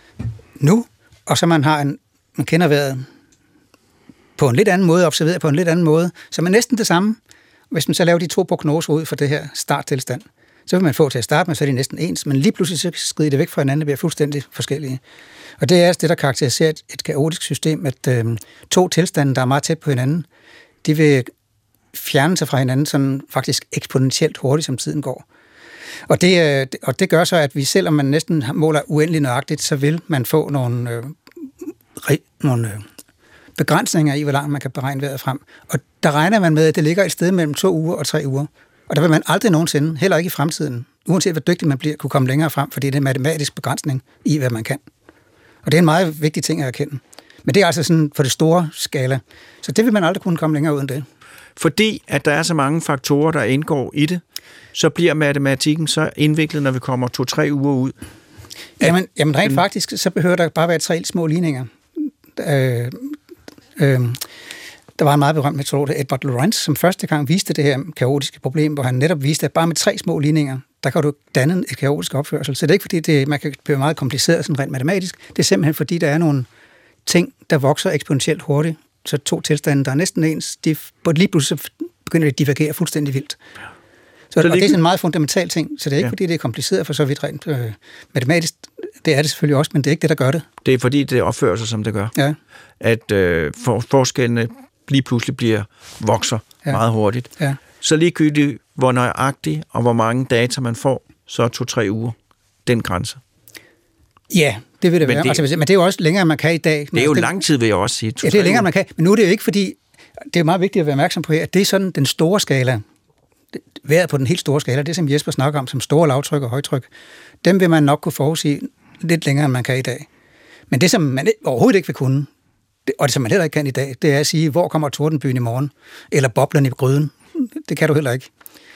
nu, og så man har en, man kender vejret på en lidt anden måde, observeret på en lidt anden måde, så er man næsten det samme. Hvis man så laver de to prognoser ud for det her starttilstand, så vil man få til at starte med, så er de næsten ens, men lige pludselig så skrider det væk fra hinanden, det bliver fuldstændig forskellige. Og det er altså det, der karakteriserer et, et kaotisk system, at øh, to tilstande, der er meget tæt på hinanden, de vil fjerne sig fra hinanden sådan faktisk eksponentielt hurtigt, som tiden går. Og det, øh, og det gør så, at vi, selvom man næsten måler uendelig nøjagtigt, så vil man få nogle, øh, re, nogle øh, begrænsninger i, hvor langt man kan beregne vejret frem. Og der regner man med, at det ligger et sted mellem to uger og tre uger. Og der vil man aldrig nogensinde, heller ikke i fremtiden, uanset hvor dygtig man bliver, kunne komme længere frem, fordi det er en matematisk begrænsning i, hvad man kan. Og det er en meget vigtig ting at erkende. Men det er altså sådan for det store skala. Så det vil man aldrig kunne komme længere uden det. Fordi at der er så mange faktorer, der indgår i det, så bliver matematikken så indviklet, når vi kommer to-tre uger ud. Jamen, jamen rent faktisk, så behøver der bare være tre små ligninger. Øh, øh, der var en meget berømt meteorolog, Edward Lorenz, som første gang viste det her kaotiske problem, hvor han netop viste, at bare med tre små ligninger, der kan du danne et kaotisk opførsel. Så det er ikke fordi, det, man kan blive meget kompliceret sådan rent matematisk. Det er simpelthen fordi, der er nogle ting, der vokser eksponentielt hurtigt. Så to tilstande, der er næsten ens, de, på lige pludselig begynder de at divergere fuldstændig vildt. Så, så det, og det er sådan en meget fundamental ting, så det er ikke ja. fordi, det er kompliceret for så vidt rent øh, matematisk. Det er det selvfølgelig også, men det er ikke det, der gør det. Det er fordi, det opfører sig, som det gør. Ja. At øh, for, forskellene lige pludselig bliver vokser ja. meget hurtigt. Ja. Så ligegyldigt, hvor nøjagtigt og hvor mange data man får, så er to-tre uger den grænse. Ja, det vil det men være. Det, altså, men det er jo også længere, end man kan i dag. Det er jo det, lang tid, vil jeg også sige. Ja, det er længere, end man kan. Men nu er det jo ikke, fordi det er meget vigtigt at være opmærksom på her, at det er sådan den store skala. Vejret på den helt store skala, det som Jesper snakker om, som store lavtryk og højtryk, dem vil man nok kunne forudsige lidt længere, end man kan i dag. Men det, som man overhovedet ikke vil kunne, og det, som man heller ikke kan i dag, det er at sige, hvor kommer tordenbyen i morgen? Eller boblen i gryden? Det kan du heller ikke.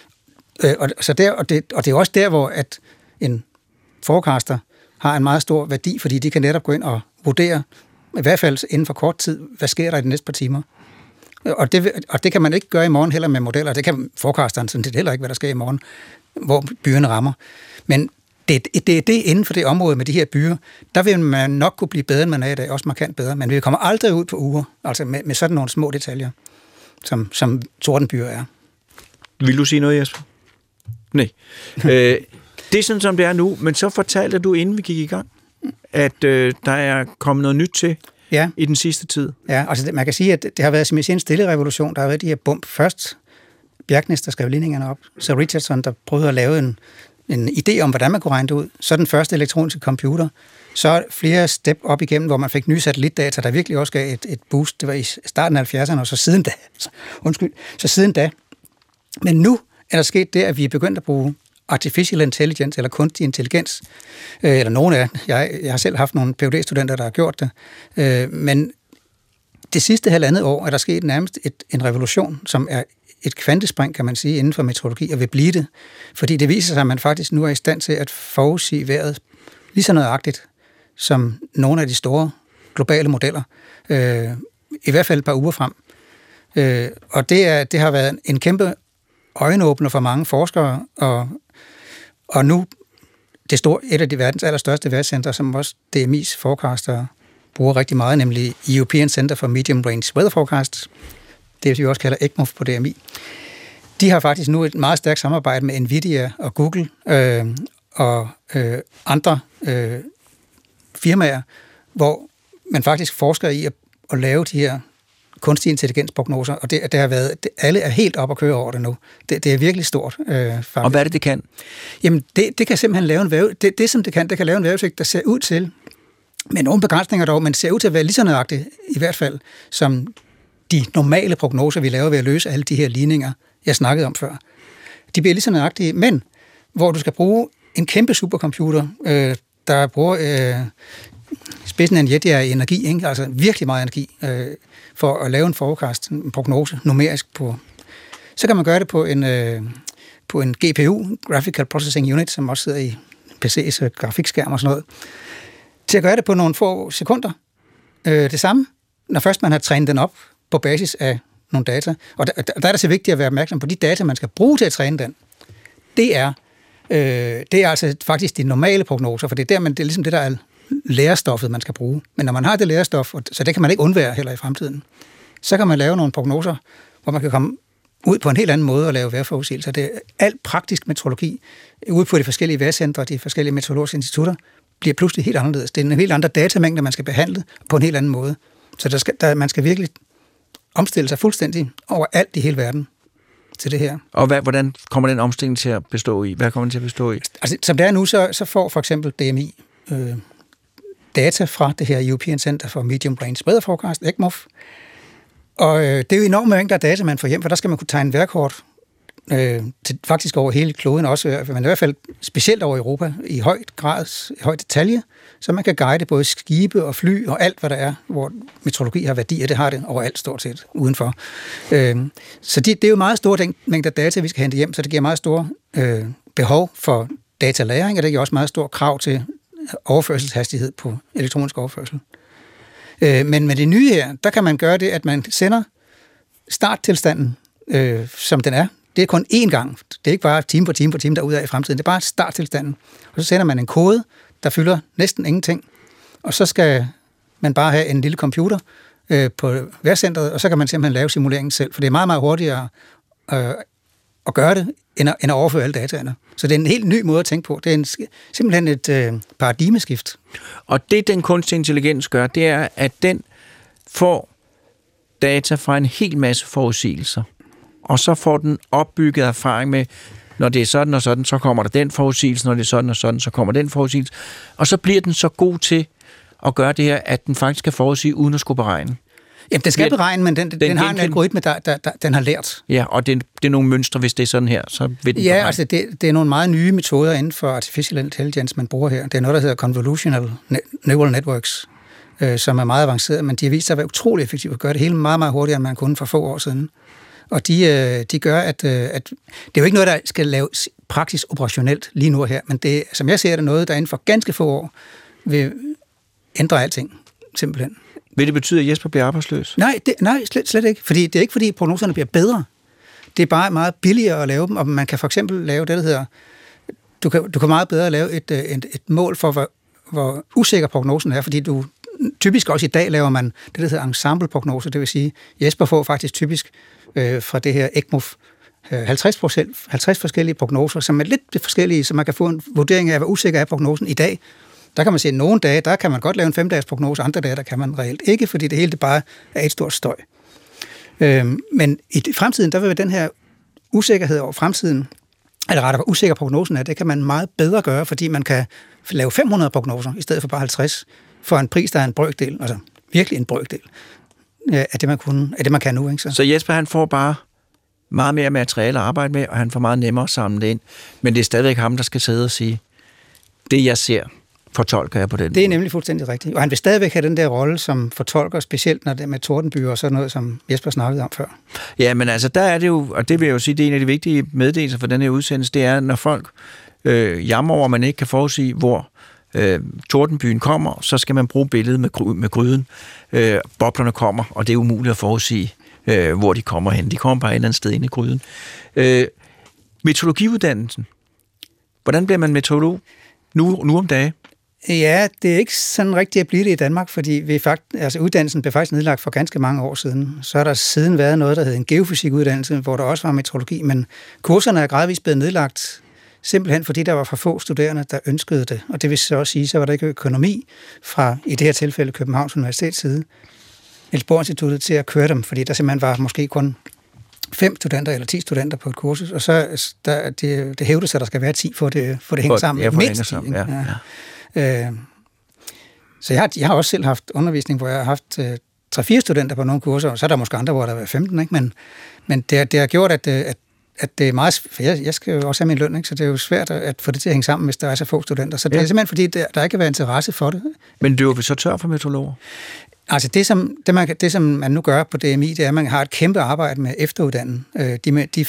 Og, så der, og, det, og det er også der, hvor at en forecaster har en meget stor værdi, fordi de kan netop gå ind og vurdere, i hvert fald inden for kort tid, hvad sker der i de næste par timer. Og det, og det kan man ikke gøre i morgen heller med modeller. Det kan forecasteren sådan set heller ikke, hvad der sker i morgen, hvor byerne rammer. Men det, det er det inden for det område med de her byer, der vil man nok kunne blive bedre, end man er i dag, også markant bedre. Men vi kommer aldrig ud på uger, altså med, med sådan nogle små detaljer, som, som tordenbyer er. Vil du sige noget, Jesper? Nej. øh, det er sådan, som det er nu, men så fortalte du, inden vi gik i gang, at øh, der er kommet noget nyt til ja. i den sidste tid. Ja, altså det, man kan sige, at det har været simpelthen en stille revolution. Der har været de her bump først. Bjerknes, der skrev ligningerne op. Så Richardson, der prøvede at lave en, en idé om, hvordan man kunne regne det ud. Så den første elektroniske computer. Så flere step op igennem, hvor man fik nye satellitdata, der virkelig også gav et, et boost. Det var i starten af halvfjerdserne, og så siden da. Undskyld. Så siden da. Men nu er der sket det, at vi er begyndt at bruge artificial intelligence, eller kunstig intelligens, øh, eller nogen af jeg, jeg har selv haft nogle P H D-studenter, der har gjort det, øh, men det sidste halvandet år er der sket nærmest et, en revolution, som er et kvantespring, kan man sige, inden for meteorologi, og vil blive det, fordi det viser sig, at man faktisk nu er i stand til at forudsige vejret lige så nøjagtigt, som nogle af de store globale modeller, øh, i hvert fald et par uger frem. Øh, og det, er, det har været en kæmpe øjenåbner for mange forskere, og, og nu det store, et af de verdens allerstørste vejrcentre, som også D M I's forecaster bruger rigtig meget, nemlig European Center for Medium Range Weather Forecasts, det vi også kalder E C M O F på D M I. De har faktisk nu et meget stærkt samarbejde med Nvidia og Google øh, og øh, andre øh, firmaer, hvor man faktisk forsker i at, at lave de her kunstig intelligensprognoser, og det, det har været, det, alle er helt op at køre over det nu. Det, det er virkelig stort, øh, faktisk. Og hvad er det, det kan? Jamen, det, det kan simpelthen lave en væve, det, det som det kan, det kan lave en væveudsigt, der ser ud til, med nogle begrænsninger dog, men ser ud til at være lige så nøjagtigt, i hvert fald, som de normale prognoser, vi laver ved at løse alle de her ligninger, jeg snakkede om før. De bliver lige så nøjagtige, men hvor du skal bruge en kæmpe supercomputer, øh, der bruger øh, spidsen af en jet i energi, ikke? Altså virkelig meget energi, øh, for at lave en forecast, en prognose, numerisk på. Så kan man gøre det på en, øh, på en G P U, Graphical Processing Unit, som også sidder i P C's grafikskærm og sådan noget, til at gøre det på nogle få sekunder. Øh, det samme, når først man har trænet den op på basis af nogle data. Og der, der er det så vigtigt at være opmærksom på de data, man skal bruge til at træne den. Det er, øh, det er altså faktisk de normale prognoser, for det er, der, man, det er ligesom det, der er lærestoffet, man skal bruge. Men når man har det lærestof, så det kan man ikke undvære heller i fremtiden, så kan man lave nogle prognoser, hvor man kan komme ud på en helt anden måde og lave vejrforudsigelser. Det er alt praktisk meteorologi ude på de forskellige vejrcentre, de forskellige meteorologiske institutter, bliver pludselig helt anderledes. Det er en helt andre datamængder, man skal behandle på en helt anden måde. Så der skal, der, man skal virkelig omstille sig fuldstændig over alt i hele verden til det her. Og hvad, hvordan kommer den omstilling til at bestå i? Hvad kommer den til at bestå i? Altså, som det er nu, så, så får for eksempel D M I øh, data fra det her European Center for Medium Range Weather Forecast, E C M O F. Og øh, det er jo enormt mængder af data, man får hjem, for der skal man kunne tegne vejrkort øh, til, faktisk over hele kloden også, men i hvert fald specielt over Europa, i højt grad, i højt detalje, så man kan guide både skibe og fly og alt, hvad der er, hvor meteorologi har værdi, og det har det overalt stort set udenfor. Øh, så de, det er jo meget store mængder data, vi skal hente hjem, så det giver meget store øh, behov for datalagring, og det giver også meget stor krav til overførselshastighed på elektronisk overførsel. Øh, men med det nye her, der kan man gøre det, at man sender starttilstanden, øh, som den er. Det er kun én gang. Det er ikke bare time på time på time derudad i fremtiden. Det er bare starttilstanden. Og så sender man en kode, der fylder næsten ingenting. Og så skal man bare have en lille computer øh, på vejrcentret, og så kan man simpelthen lave simuleringen selv. For det er meget, meget hurtigere øh, at gøre det, end at, end at overføre alle dataene. Så det er en helt ny måde at tænke på. Det er en, simpelthen et øh, paradigmeskift. Og det, den kunstig intelligens gør, det er, at den får data fra en hel masse forudsigelser. Og så får den opbygget erfaring med, når det er sådan og sådan, så kommer der den forudsigelse, når det er sådan og sådan, så kommer den forudsigelse. Og så bliver den så god til at gøre det her, at den faktisk kan forudsige, uden at skulle beregne. Jamen, den skal beregne, men den, den, den har en algoritme, der, der, der den har lært. Ja, og det, det er nogle mønstre, hvis det er sådan her, så vil den Ja, beregne. altså det, det er nogle meget nye metoder inden for artificial intelligence, man bruger her. Det er noget, der hedder convolutional neural networks. øh, som er meget avanceret, men de har vist sig at være utrolig effektive og gøre det hele meget, meget hurtigere, end man kunne for få år siden. Og de, øh, de gør, at, øh, at det er jo ikke noget, der skal laves praktisk operationelt lige nu og her, men det, som jeg ser det, noget, der inden for ganske få år vil ændre alting, simpelthen. Vil det betyde, at Jesper bliver arbejdsløs? Nej, det, nej slet, slet ikke. Fordi det er ikke, fordi prognoserne bliver bedre. Det er bare meget billigere at lave dem, og man kan for eksempel lave det, der hedder... Du kan, du kan meget bedre lave et, et, et mål for, hvor, hvor usikker prognosen er, fordi du typisk også i dag laver man det, der hedder ensembleprognose, det vil sige, Jesper får faktisk typisk øh, fra det her E C M O F halvtreds procent, halvtreds forskellige prognoser, som er lidt forskellige, så man kan få en vurdering af, hvor usikker er prognosen i dag. Der kan man se, at nogle dage, der kan man godt lave en fem-dages prognose, andre dage, der kan man reelt ikke, fordi det hele det bare er et stort støj. Øhm, men i fremtiden, der vil den her usikkerhed over fremtiden, eller rettere, hvor usikker prognosen er, det kan man meget bedre gøre, fordi man kan lave fem hundrede prognoser, i stedet for bare halvtreds, for en pris, der er en brøkdel, altså virkelig en brøkdel af det, man, kunne, af det, man kan nu. Ikke? Så. så Jesper, han får bare meget mere materiale at arbejde med, og han får meget nemmere at samle det ind, men det er stadigvæk ham, der skal sidde og sige, det jeg ser, fortolker jeg på den. Det er nemlig fuldstændig rigtigt. Og han vil stadigvæk have den der rolle som fortolker, specielt når det er med tordenbyer og sådan noget, som Jesper snakkede om før. Ja, men altså, der er det jo, og det vil jeg jo sige, det er en af de vigtige meddelelser for den her udsendelse, det er, når folk øh, jammer over, at man ikke kan forudsige, hvor øh, tordenbyen kommer, så skal man bruge billedet med, gry- med gryden. Øh, boblerne kommer, og det er umuligt at forudsige, øh, hvor de kommer hen. De kommer bare et eller andet sted ind i gryden. Øh, meteorologiuddannelsen. Hvordan bliver man meteorolog nu, nu om dagen? Ja, det er ikke sådan rigtigt at blive det i Danmark, fordi vi fakt, altså uddannelsen blev faktisk nedlagt for ganske mange år siden. Så har der siden været noget, der hed en geofysikuddannelse, hvor der også var meteorologi, men kurserne er gradvist blevet nedlagt, simpelthen fordi der var for få studerende, der ønskede det. Og det vil så også sige, så var der ikke økonomi fra, i det her tilfælde, Københavns Universitets side, Niels Bohr Instituttet til at køre dem, fordi der simpelthen var måske kun fem studenter eller ti studenter på et kursus, og så der, det, det hævdes, at der skal være ti, for det, for det hænger sammen. Ja, for mindst sammen, ja. ja. Øh, så jeg har, jeg har også selv haft undervisning, hvor jeg har haft øh, tre-fire studenter på nogle kurser, og så er der måske andre, hvor der var femten, ikke? Men, men det, det har gjort, at, at, at det er meget... For jeg, jeg skal jo også have min løn, ikke? Så det er jo svært at få det til at hænge sammen, hvis der er så få studenter. Så det ja. er simpelthen, fordi der, der ikke kan være interesse for det. Men du er jo så tør for meteorologer? Altså det som, det, man, det, som man nu gør på D M I, det er, at man har et kæmpe arbejde med efteruddannet. Øh, de, de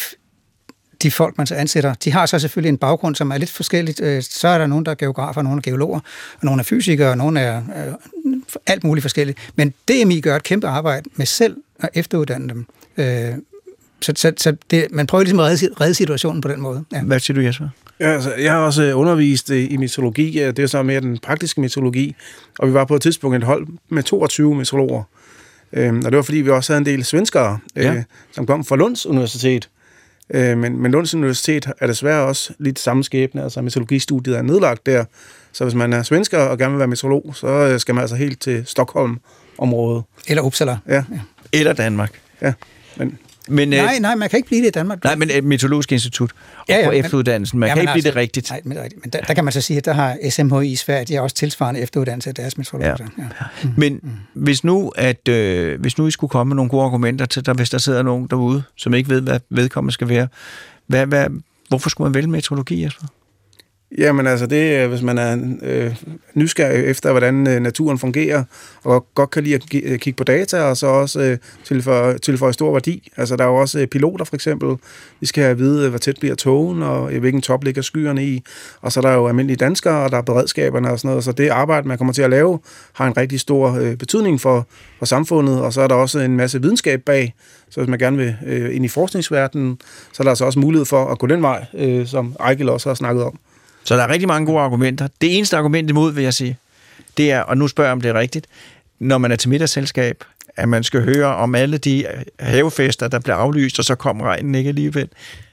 De folk, man så ansætter, de har så selvfølgelig en baggrund, som er lidt forskelligt. Så er der nogen, der er geografer, nogen er geologer, og nogen er fysikere, og nogen er øh, alt muligt forskelligt. Men D M I gør et kæmpe arbejde med selv at efteruddanne dem. Øh, så så, så det, man prøver ligesom at redde, redde situationen på den måde. Ja. Hvad siger du, Jesper? Ja, altså, jeg har også undervist i meteorologi, det er så mere den praktiske meteorologi, og vi var på et tidspunkt et hold med toogtyve meteorologer. Øh, og det var fordi, vi også havde en del svenskere, øh, ja. som kom fra Lunds Universitet. Men, men Lunds Universitet er desværre også lidt samme skæbne, altså meteorologistudiet er nedlagt der, så hvis man er svensker og gerne vil være meteorolog, så skal man altså helt til Stockholm-området. Eller Uppsala. Ja. ja. Eller Danmark. Ja, men... Men, nej, nej, man kan ikke blive det i Danmark. Nej, men et meteorologisk institut og ja, ja, på efteruddannelsen, man ja, kan ikke altså, blive det rigtigt. Nej, men, men der, der kan man så sige, at der har S M H I i Sverige, de har også tilsvarende efteruddannelse af deres meteorologer. Ja. Ja. Mm. Men mm. hvis nu at øh, hvis nu I skulle komme med nogle gode argumenter til, der, hvis der sidder nogen derude, som ikke ved, hvad vedkommende skal være, hvad, hvad, hvorfor skulle man vælge meteorologi, Jesper? Jamen altså, det er, hvis man er øh, nysgerrig efter, hvordan øh, naturen fungerer, og godt kan lide at k- kigge på data, og så også øh, tilføje, tilføje stor værdi. Altså, der er jo også øh, piloter, for eksempel. Vi skal have at vide, hvor tæt bliver togen, og hvilken top ligger skyerne i. Og så er der jo almindelige danskere, og der er beredskaberne og sådan noget. Så det arbejde, man kommer til at lave, har en rigtig stor øh, betydning for, for samfundet, og så er der også en masse videnskab bag. Så hvis man gerne vil øh, ind i forskningsverdenen, så er der altså også mulighed for at gå den vej, øh, som Ejgil også har snakket om. Så der er rigtig mange gode argumenter. Det eneste argument imod, vil jeg sige, det er, og nu spørger jeg, om det er rigtigt, når man er til middagsselskab, at man skal høre om alle de havefester, der bliver aflyst, og så kommer regnen ikke alligevel.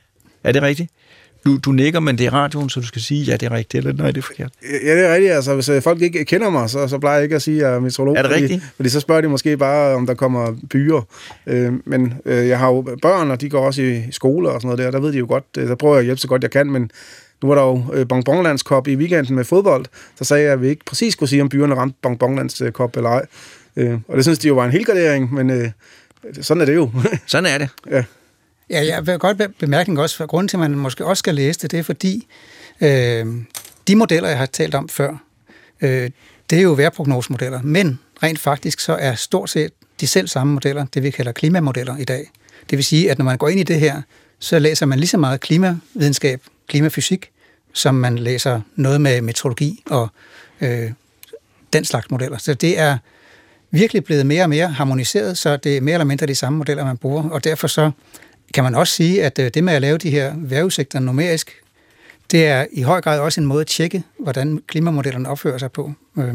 Er det rigtigt? Du, du nikker, men det er radioen, så du skal sige, ja, det er rigtigt, eller nej, det er forkert. Ja, det er rigtigt. Altså, hvis folk ikke kender mig, så, så plejer jeg ikke at sige, at jeg er meteorolog. Er det rigtigt? Fordi, fordi så spørger de måske bare, om der kommer byer. Øh, men øh, jeg har jo børn, og de går også i skole og sådan noget der. Der ved de jo godt, der prøver jeg at hjælpe så godt jeg kan, men nu var der jo Bonbonlands Cup i weekenden med fodbold. Der sagde jeg, at vi ikke præcis kunne sige, om byerne ramte Bonbonlands Cup eller ej. Øh, og det synes de jo var en helgardering, men øh, sådan er det jo. Sådan er det. Ja. Ja, jeg vil godt bemærkning også, for grunden til, at man måske også skal læse det, det er fordi, øh, de modeller, jeg har talt om før, øh, det er jo vejrprognosemodeller, men rent faktisk så er stort set de selv samme modeller, det vi kalder klimamodeller i dag. Det vil sige, at når man går ind i det her, så læser man lige så meget klimavidenskab, klimafysik, som man læser noget med meteorologi og øh, den slags modeller. Så det er virkelig blevet mere og mere harmoniseret, så det er mere eller mindre de samme modeller, man bruger, og derfor så kan man også sige, at det med at lave de her vejrudsigter numerisk, det er i høj grad også en måde at tjekke, hvordan klimamodellerne opfører sig på.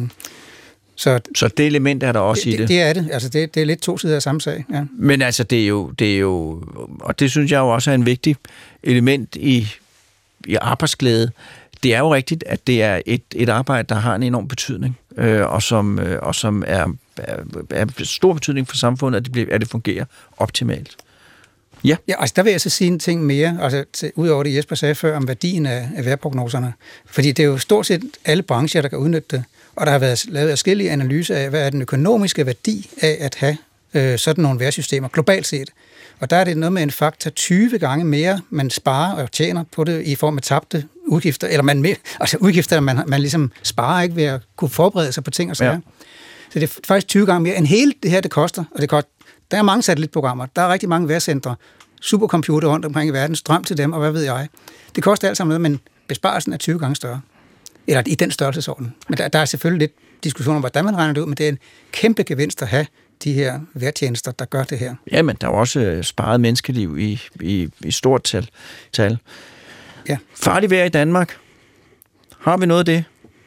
Så, så det element er der også det, i det? Det er det. Altså det, det er lidt to sider af samme sag. Ja. Men altså, det er, jo, det er jo, og det synes jeg jo også er en vigtig element i, i arbejdsglæde. Det er jo rigtigt, at det er et, et arbejde, der har en enorm betydning, øh, og som, øh, og som er, er, er stor betydning for samfundet, at det, bliver, at det fungerer optimalt. Ja. Ja, altså der vil jeg så sige en ting mere, altså til, ud over det Jesper sagde før om værdien af, af vejrprognoserne. Fordi det er jo stort set alle brancher, der kan udnytte det. Og der har været lavet forskellige analyser af, hvad er den økonomiske værdi af at have øh, sådan nogle vejrsystemer globalt set. Og der er det noget med en faktor tyve gange mere, man sparer og tjener på det i form af tabte udgifter, eller man, altså udgifter, man, man ligesom sparer ikke ved at kunne forberede sig på ting og sager. Ja. Så det er faktisk tyve gange mere end hele det her, det koster. Og det koster. Der er mange satellitprogrammer, der er rigtig mange vejrcentre, supercomputer rundt omkring i verden, strøm til dem, og hvad ved jeg. Det koster alt sammen noget, men besparelsen er tyve gange større. Eller i den størrelsesorden. Men der, der er selvfølgelig lidt diskussion om, hvordan man regner det ud, men det er en kæmpe gevinst at have de her vejrtjenester, der gør det her. Jamen, der er jo også sparet menneskeliv i, i, i stort tal. tal. Ja. Farlig vejr i Danmark. Har vi noget af det?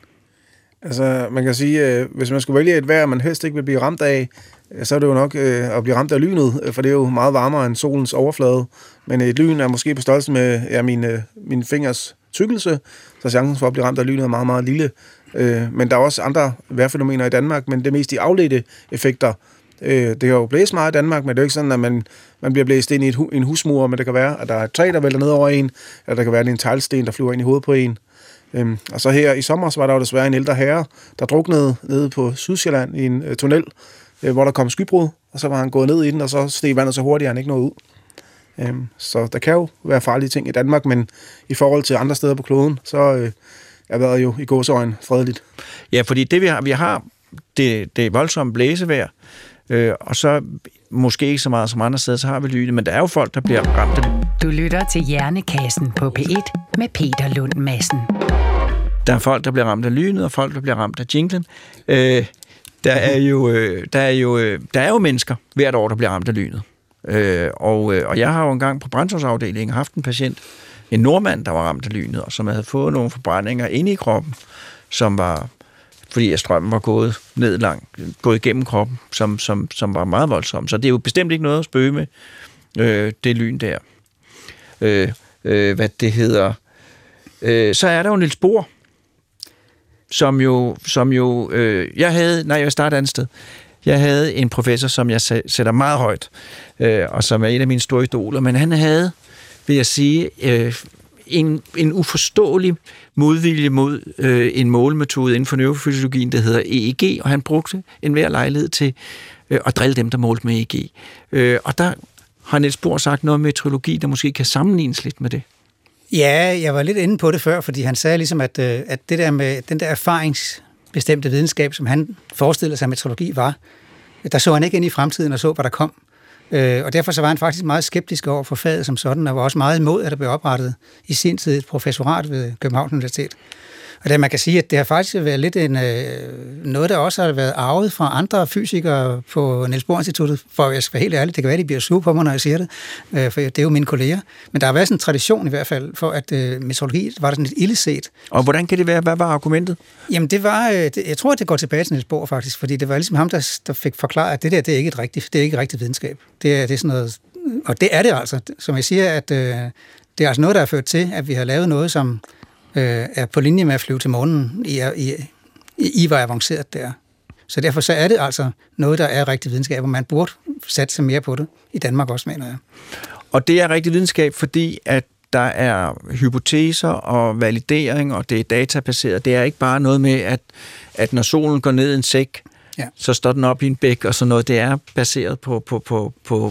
Altså, man kan sige, at hvis man skulle vælge et vejr, man helst ikke vil blive ramt af, så er det jo nok øh, at blive ramt af lynet, for det er jo meget varmere end solens overflade. Men et lyn er måske på størrelse med ja, min, min fingers tykkelse, så chancen for at blive ramt af lynet er meget, meget lille. Øh, men der er også andre vejrfænomener i Danmark, men det er mest de afledte effekter. Øh, det kan jo blæse meget i Danmark, men det er jo ikke sådan, at man, man bliver blæst ind i et, en husmur, men det kan være, at der er et træ, der vælter ned over en, eller der kan være en teglsten, der flyver ind i hovedet på en. Øhm, og så her i sommer, så var der jo desværre en ældre herre, der druknede nede på Sydsjælland i en øh, tunnel, øh, hvor der kom skybrud, og så var han gået ned i den, og så steg vandet så hurtigt, at han ikke nåede ud. Øhm, så der kan jo være farlige ting i Danmark, men i forhold til andre steder på kloden, så øh, er vejret jo i gåseøjne fredeligt. Ja, fordi det vi har, vi har det, det voldsomme blæsevejr, øh, og så måske ikke så meget som andre steder, så har vi lynet, men der er jo folk, der bliver ramt af det. Du lytter til Hjernekassen på P et med Peter Lund Madsen. Der er folk, der bliver ramt af lynet, og folk, der bliver ramt af jinglen. Øh, der, er jo, øh, der, er jo, øh, der er jo mennesker hvert år, der bliver ramt af lynet. Øh, og, øh, og jeg har jo engang på brændstofsafdelingen haft en patient, en nordmand, der var ramt af lynet, og som havde fået nogle forbrændinger inde i kroppen, som var, fordi at strømmen var gået ned langt, gået igennem kroppen, som, som, som var meget voldsom. Så det er jo bestemt ikke noget at spøge med, øh, det lyn der. Øh, øh, hvad det hedder. Øh, så er der jo Niels Bohr, som jo, som jo øh, jeg havde, nej, jeg startede et andet sted. Jeg havde en professor, som jeg sætter meget højt, øh, og som er en af mine store idoler, men han havde, vil jeg sige, øh, en, en uforståelig modvilje mod øh, en målemetode inden for neurofysiologien, der hedder E E G, og han brugte enhver lejlighed til øh, at drille dem, der målte med E E G. Øh, og der har Niels Bohr sagt noget om meteorologi, der måske kan sammenlignes lidt med det. Ja, jeg var lidt inde på det før, fordi han sagde ligesom, at, at det der med den der erfaringsbestemte videnskab, som han forestillede sig, at meteorologi var, der så han ikke ind i fremtiden og så, hvad der kom. Og derfor så var han faktisk meget skeptisk over for faget som sådan, og var også meget imod, at der blev oprettet i sin tid et professorat ved Københavns Universitet. Og det, man kan sige, at det har faktisk været lidt en, noget, der også har været arvet fra andre fysikere på Niels Bohr Instituttet, for jeg skal være helt ærlig, det kan være, at de bliver sure på mig, når jeg siger det, for det er jo mine kolleger. Men der har været sådan en tradition i hvert fald, for at meteorologi var sådan lidt illeset. Og hvordan kan det være? Hvad var argumentet? Jamen det var, jeg tror, at det går tilbage til Niels Bohr faktisk, fordi det var ligesom ham, der, der fik forklaret, at det der, det er ikke et rigtigt, det er ikke et rigtigt videnskab. Det er, det er sådan noget, og det er det altså. Som jeg siger, at det er altså noget, der har ført til, at vi har lavet noget, som er på linje med at flyve til månen, i, i, i hvor avanceret det er. Så derfor så er det altså noget, der er rigtig videnskab, og man burde satse mere på det. I Danmark også, mener jeg. Og det er rigtig videnskab, fordi at der er hypoteser og validering, og det er databaseret. Det er ikke bare noget med, at, at når solen går ned i en sæk, ja. så står den op i en bæk og sådan noget. Det er baseret på, på, på, på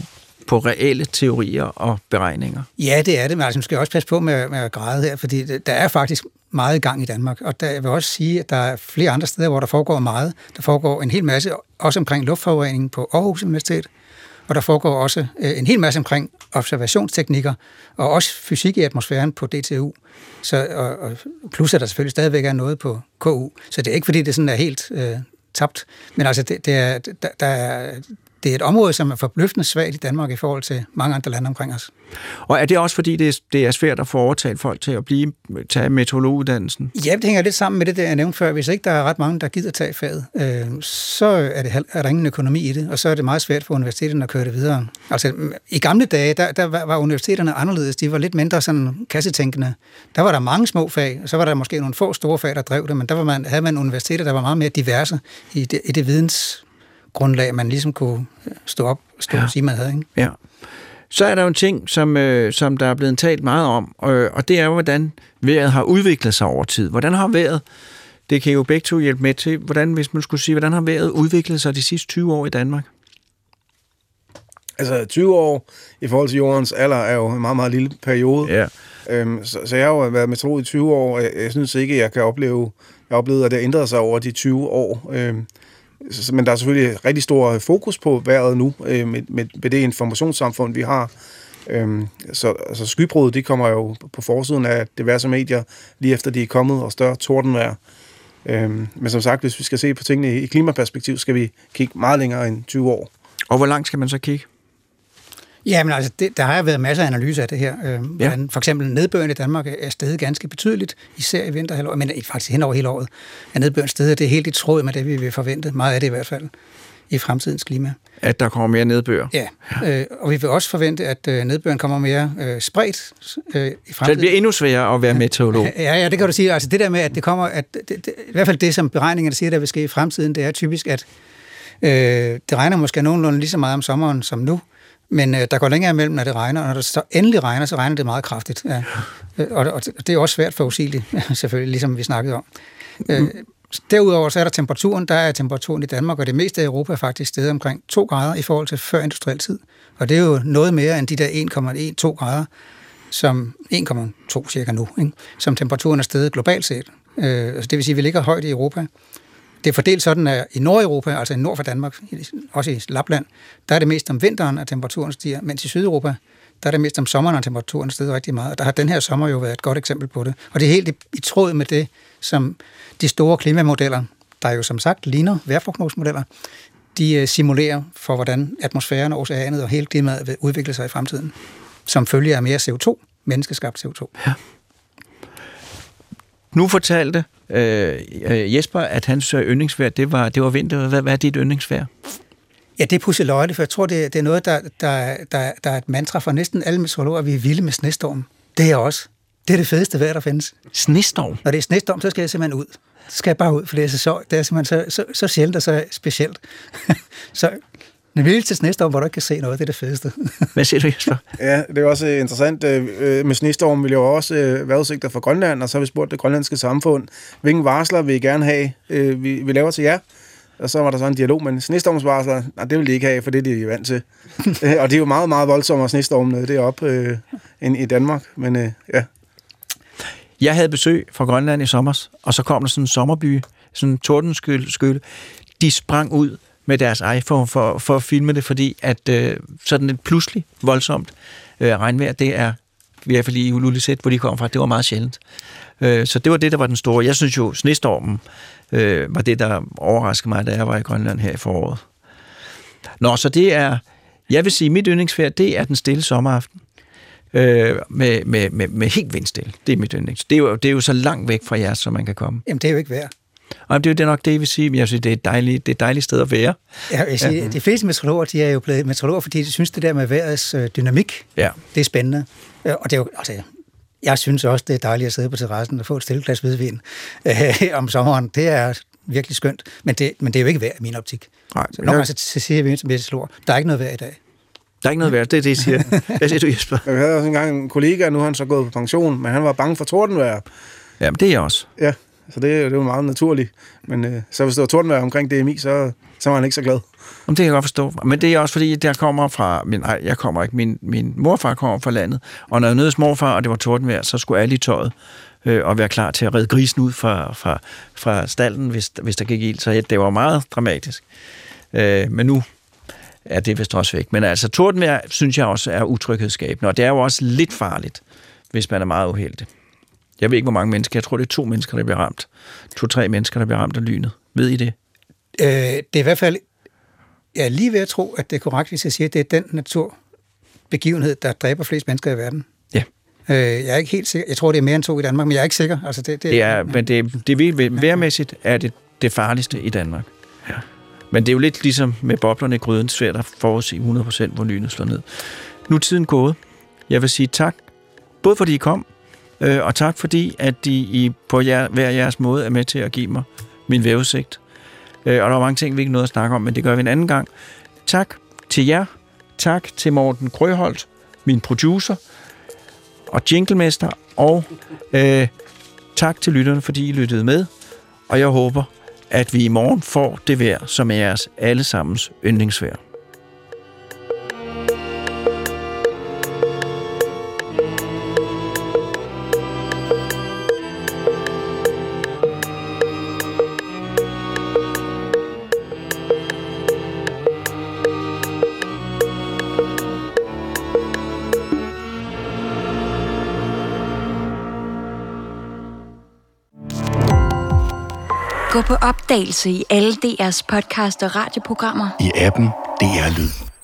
på reelle teorier og beregninger. Ja, det er det, men altså, man skal også passe på med, med at græde her, fordi der er faktisk meget i gang i Danmark, og der, jeg vil også sige, at der er flere andre steder, hvor der foregår meget. Der foregår en hel masse, også omkring luftforurening på Aarhus Universitet, og der foregår også en hel masse omkring observationsteknikker, og også fysik i atmosfæren på D T U. Så, og, og plus at der selvfølgelig stadigvæk er noget på K U. Så det er ikke, fordi det sådan er helt øh, tabt, men altså det, det, er, der, der er, det er et område, som er forbløffende svagt i Danmark i forhold til mange andre lande omkring os. Og er det også, fordi det er, det er svært at få overtalt folk til at blive, tage meteorologuddannelsen? Ja, det hænger lidt sammen med det, der jeg nævnte før. Hvis ikke der er ret mange, der gider tage faget, øh, så er, det, er der ingen økonomi i det, og så er det meget svært for universiteterne at køre det videre. Altså, i gamle dage, der, der var universiteterne anderledes. De var lidt mindre sådan kassetænkende. Der var der mange små fag, og så var der måske nogle få store fag, der drev det, men der var man, havde man universiteter, der var meget mere diverse i det, i det videns grundlag, man ligesom kunne stå op og stå ja. og sige, man havde. Ikke? Ja. Så er der jo en ting, som, øh, som der er blevet talt meget om, øh, og det er jo, hvordan vejret har udviklet sig over tid. Hvordan har vejret, det kan jo begge to hjælpe med til, hvordan, hvis man skulle sige, hvordan har vejret udviklet sig de sidste tyve år i Danmark? Altså tyve år i forhold til jordens alder er jo en meget, meget lille periode. Ja. Øhm, så, så jeg har jo været meteorolog i tyve år, og jeg, jeg synes ikke, jeg kan opleve, jeg har oplevet, at det ændrede sig over de tyve år. Øhm, Men der er selvfølgelig rigtig stor fokus på vejret nu, øh, med, med, med det informationssamfund, vi har. Øhm, så altså, skybrud, de kommer jo på forsiden af diverse medier, lige efter de er kommet, og større tordenvejr. Øhm, men som sagt, hvis vi skal se på tingene i klimaperspektiv, skal vi kigge meget længere end tyve år. Og hvor langt skal man så kigge? Ja, men altså, det, der har været masser af analyser af det her. Øh, ja. For eksempel nedbøren i Danmark er steget ganske betydeligt, især i vinterhalvåret, men faktisk hen over hele året er nedbøren steget. Det er helt i tråd med det, vi vil forvente. Meget af det i hvert fald i fremtidens klima. At der kommer mere nedbør? Ja, øh, og vi vil også forvente, at øh, nedbøren kommer mere øh, spredt øh, i fremtiden. Så det bliver endnu sværere at være meteorolog? Ja, ja, det kan du sige. Altså det der med, at det kommer, at det, det, i hvert fald det, som beregningerne siger, der vil ske i fremtiden, det er typisk, at øh, det regner måske nogenlunde lige så meget om sommeren som nu, men øh, der går længere imellem, når det regner, og når det så endelig regner, så regner det meget kraftigt. Ja. Og, og det er også svært forudsigeligt, selvfølgelig, ligesom vi snakkede om. Øh, derudover så er der temperaturen. Der er temperaturen i Danmark, og det meste af Europa er faktisk steget omkring to grader i forhold til før industriel tid. Og det er jo noget mere end de der en komma en to grader, som en komma to cirka nu, ikke? Som temperaturen er steget globalt set. Øh, altså det vil sige, at vi ligger højt i Europa. Det er fordelt sådan, at i Nordeuropa, altså i nord for Danmark, også i Lapland, der er det mest om vinteren, at temperaturen stiger, mens i Sydeuropa, der er det mest om sommeren, at temperaturen stiger rigtig meget. Og der har den her sommer jo været et godt eksempel på det. Og det er helt i, i tråd med det, som de store klimamodeller, der jo som sagt ligner vejrprognosemodeller, de uh, simulerer for, hvordan atmosfæren og oceanet og hele klimaet vil udvikle sig i fremtiden, som følge af mere C O to, menneskeskabt C O to. Ja. Nu fortalte øh, Jesper, at hans yndlingsvejr, det var, det var vinter. Hvad, hvad er dit yndlingsvejr? Ja, det er pusseløjte, for jeg tror, det, det er noget, der, der, der, der er et mantra for næsten alle meteorologer, vi er vilde med snestorm. Det er også. Det er det fedeste vejr, der findes. Snestorm? Når det er snestorm, så skal jeg simpelthen ud. Så skal jeg bare ud, for det er, så, det er simpelthen så, så, så sjældent og så specielt. Så den vildeste snestorm, hvor du ikke kan se noget, det er det fedeste. Hvad siger du, Jesper? Ja, det er også interessant. Med snestorm vil jo også være udsigter for Grønland, og så har vi spurgt det grønlandske samfund, hvilken varsler vil I gerne have, vi, vi laver til jer? Og så var der så en dialog, men snestormsvarsler, nej, det vil de ikke have, for det er de vant til. Og det er jo meget, meget voldsommere snestormene deroppe øh, end i Danmark, men øh, ja. Jeg havde besøg fra Grønland i sommer, og så kom der sådan en sommerby, sådan en tordenskylle. De sprang ud med deres iPhone for, for at filme det, fordi at øh, sådan et pludselig voldsomt øh, regnvejr, det er i hvert fald i Ilulissat, hvor de kom fra, det var meget sjældent. Øh, så det var det, der var den store. Jeg synes jo, snestormen øh, var det, der overraskede mig, da jeg var i Grønland her i foråret. Nå, så det er, jeg vil sige, mit yndlingsvejr, det er den stille sommeraften. Øh, med, med, med, med helt vindstille. Det er mit yndlings. Det er, jo, det er jo så langt væk fra jer, som man kan komme. Jamen, det er jo ikke vejr. Og det er jo nok det, jeg vil sige. Men jeg synes, det er et dejligt, det er et dejligt sted at være. Ja, jeg siger, ja. De fleste meteorologer, de er jo blevet meteorologer, fordi de synes, det der med vejrets øh, dynamik, ja. Det er spændende. Og det er jo, altså, jeg synes også, det er dejligt at sidde på terrassen og få et stille glas hvidvin øh, om sommeren. Det er virkelig skønt. Men det, men det er jo ikke vejr i min optik. Nej. Så nogle gange så siger vi til meteorologer, der er ikke noget vejr i dag. Der er ikke noget værd, det er det, jeg siger. Hvad siger du, Jesper? Jeg havde også engang en kollega, nu har han så gået på pension, men han var bange for tordenvejr. Jamen, det er jeg også. Ja, Så det, det er jo meget naturligt. Men øh, så hvis der var tordenvejr omkring D M I, så, så var han ikke så glad. Jamen, det kan jeg godt forstå. Men det er også fordi, der kommer fra... Min, nej, jeg kommer ikke. Min, min morfar kommer fra landet. Og når jeg nødes morfar, og det var tordenvejr, så skulle alle i tøjet øh, og være klar til at redde grisen ud fra, fra, fra stallen, hvis, hvis der gik ild. Så det var meget dramatisk. Øh, men nu er det vist også væk. Men altså, tordenvejr, synes jeg også er utryghedsskabende. Og det er jo også lidt farligt, hvis man er meget uheldig. Jeg ved ikke, hvor mange mennesker. Jeg tror, det er to mennesker, der bliver ramt. To-tre mennesker, der bliver ramt af lynet. Ved I det? Øh, det er i hvert fald... Jeg er lige ved at tro, at det er korrekt, hvis jeg siger, at det er den naturbegivenhed, der dræber flest mennesker i verden. Ja. Øh, jeg er ikke helt sikker. Jeg tror, det er mere end to i Danmark, men jeg er ikke sikker. Altså, det, det, det er, men det, det er vejrmæssigt er det det farligste i Danmark. Ja. Men det er jo lidt ligesom med boblerne i gryden, svært at forudsige hundrede procent, hvor lynet slår ned. Nu er tiden gået. Jeg vil sige tak, både fordi I kom, øh, og tak fordi, at de I på jer, hver jeres måde er med til at give mig min vejrudsigt. Og der var mange ting, vi ikke nåede at snakke om, men det gør vi en anden gang. Tak til jer. Tak til Morten Grøholt, min producer og jinglemester. Og øh, tak til lytterne, fordi I lyttede med. Og jeg håber, at vi i morgen får det vejr, som er jeres allesammens yndlingsvejr. Gå på opdagelse i alle D R's podcast og radioprogrammer. I appen D R Lyd.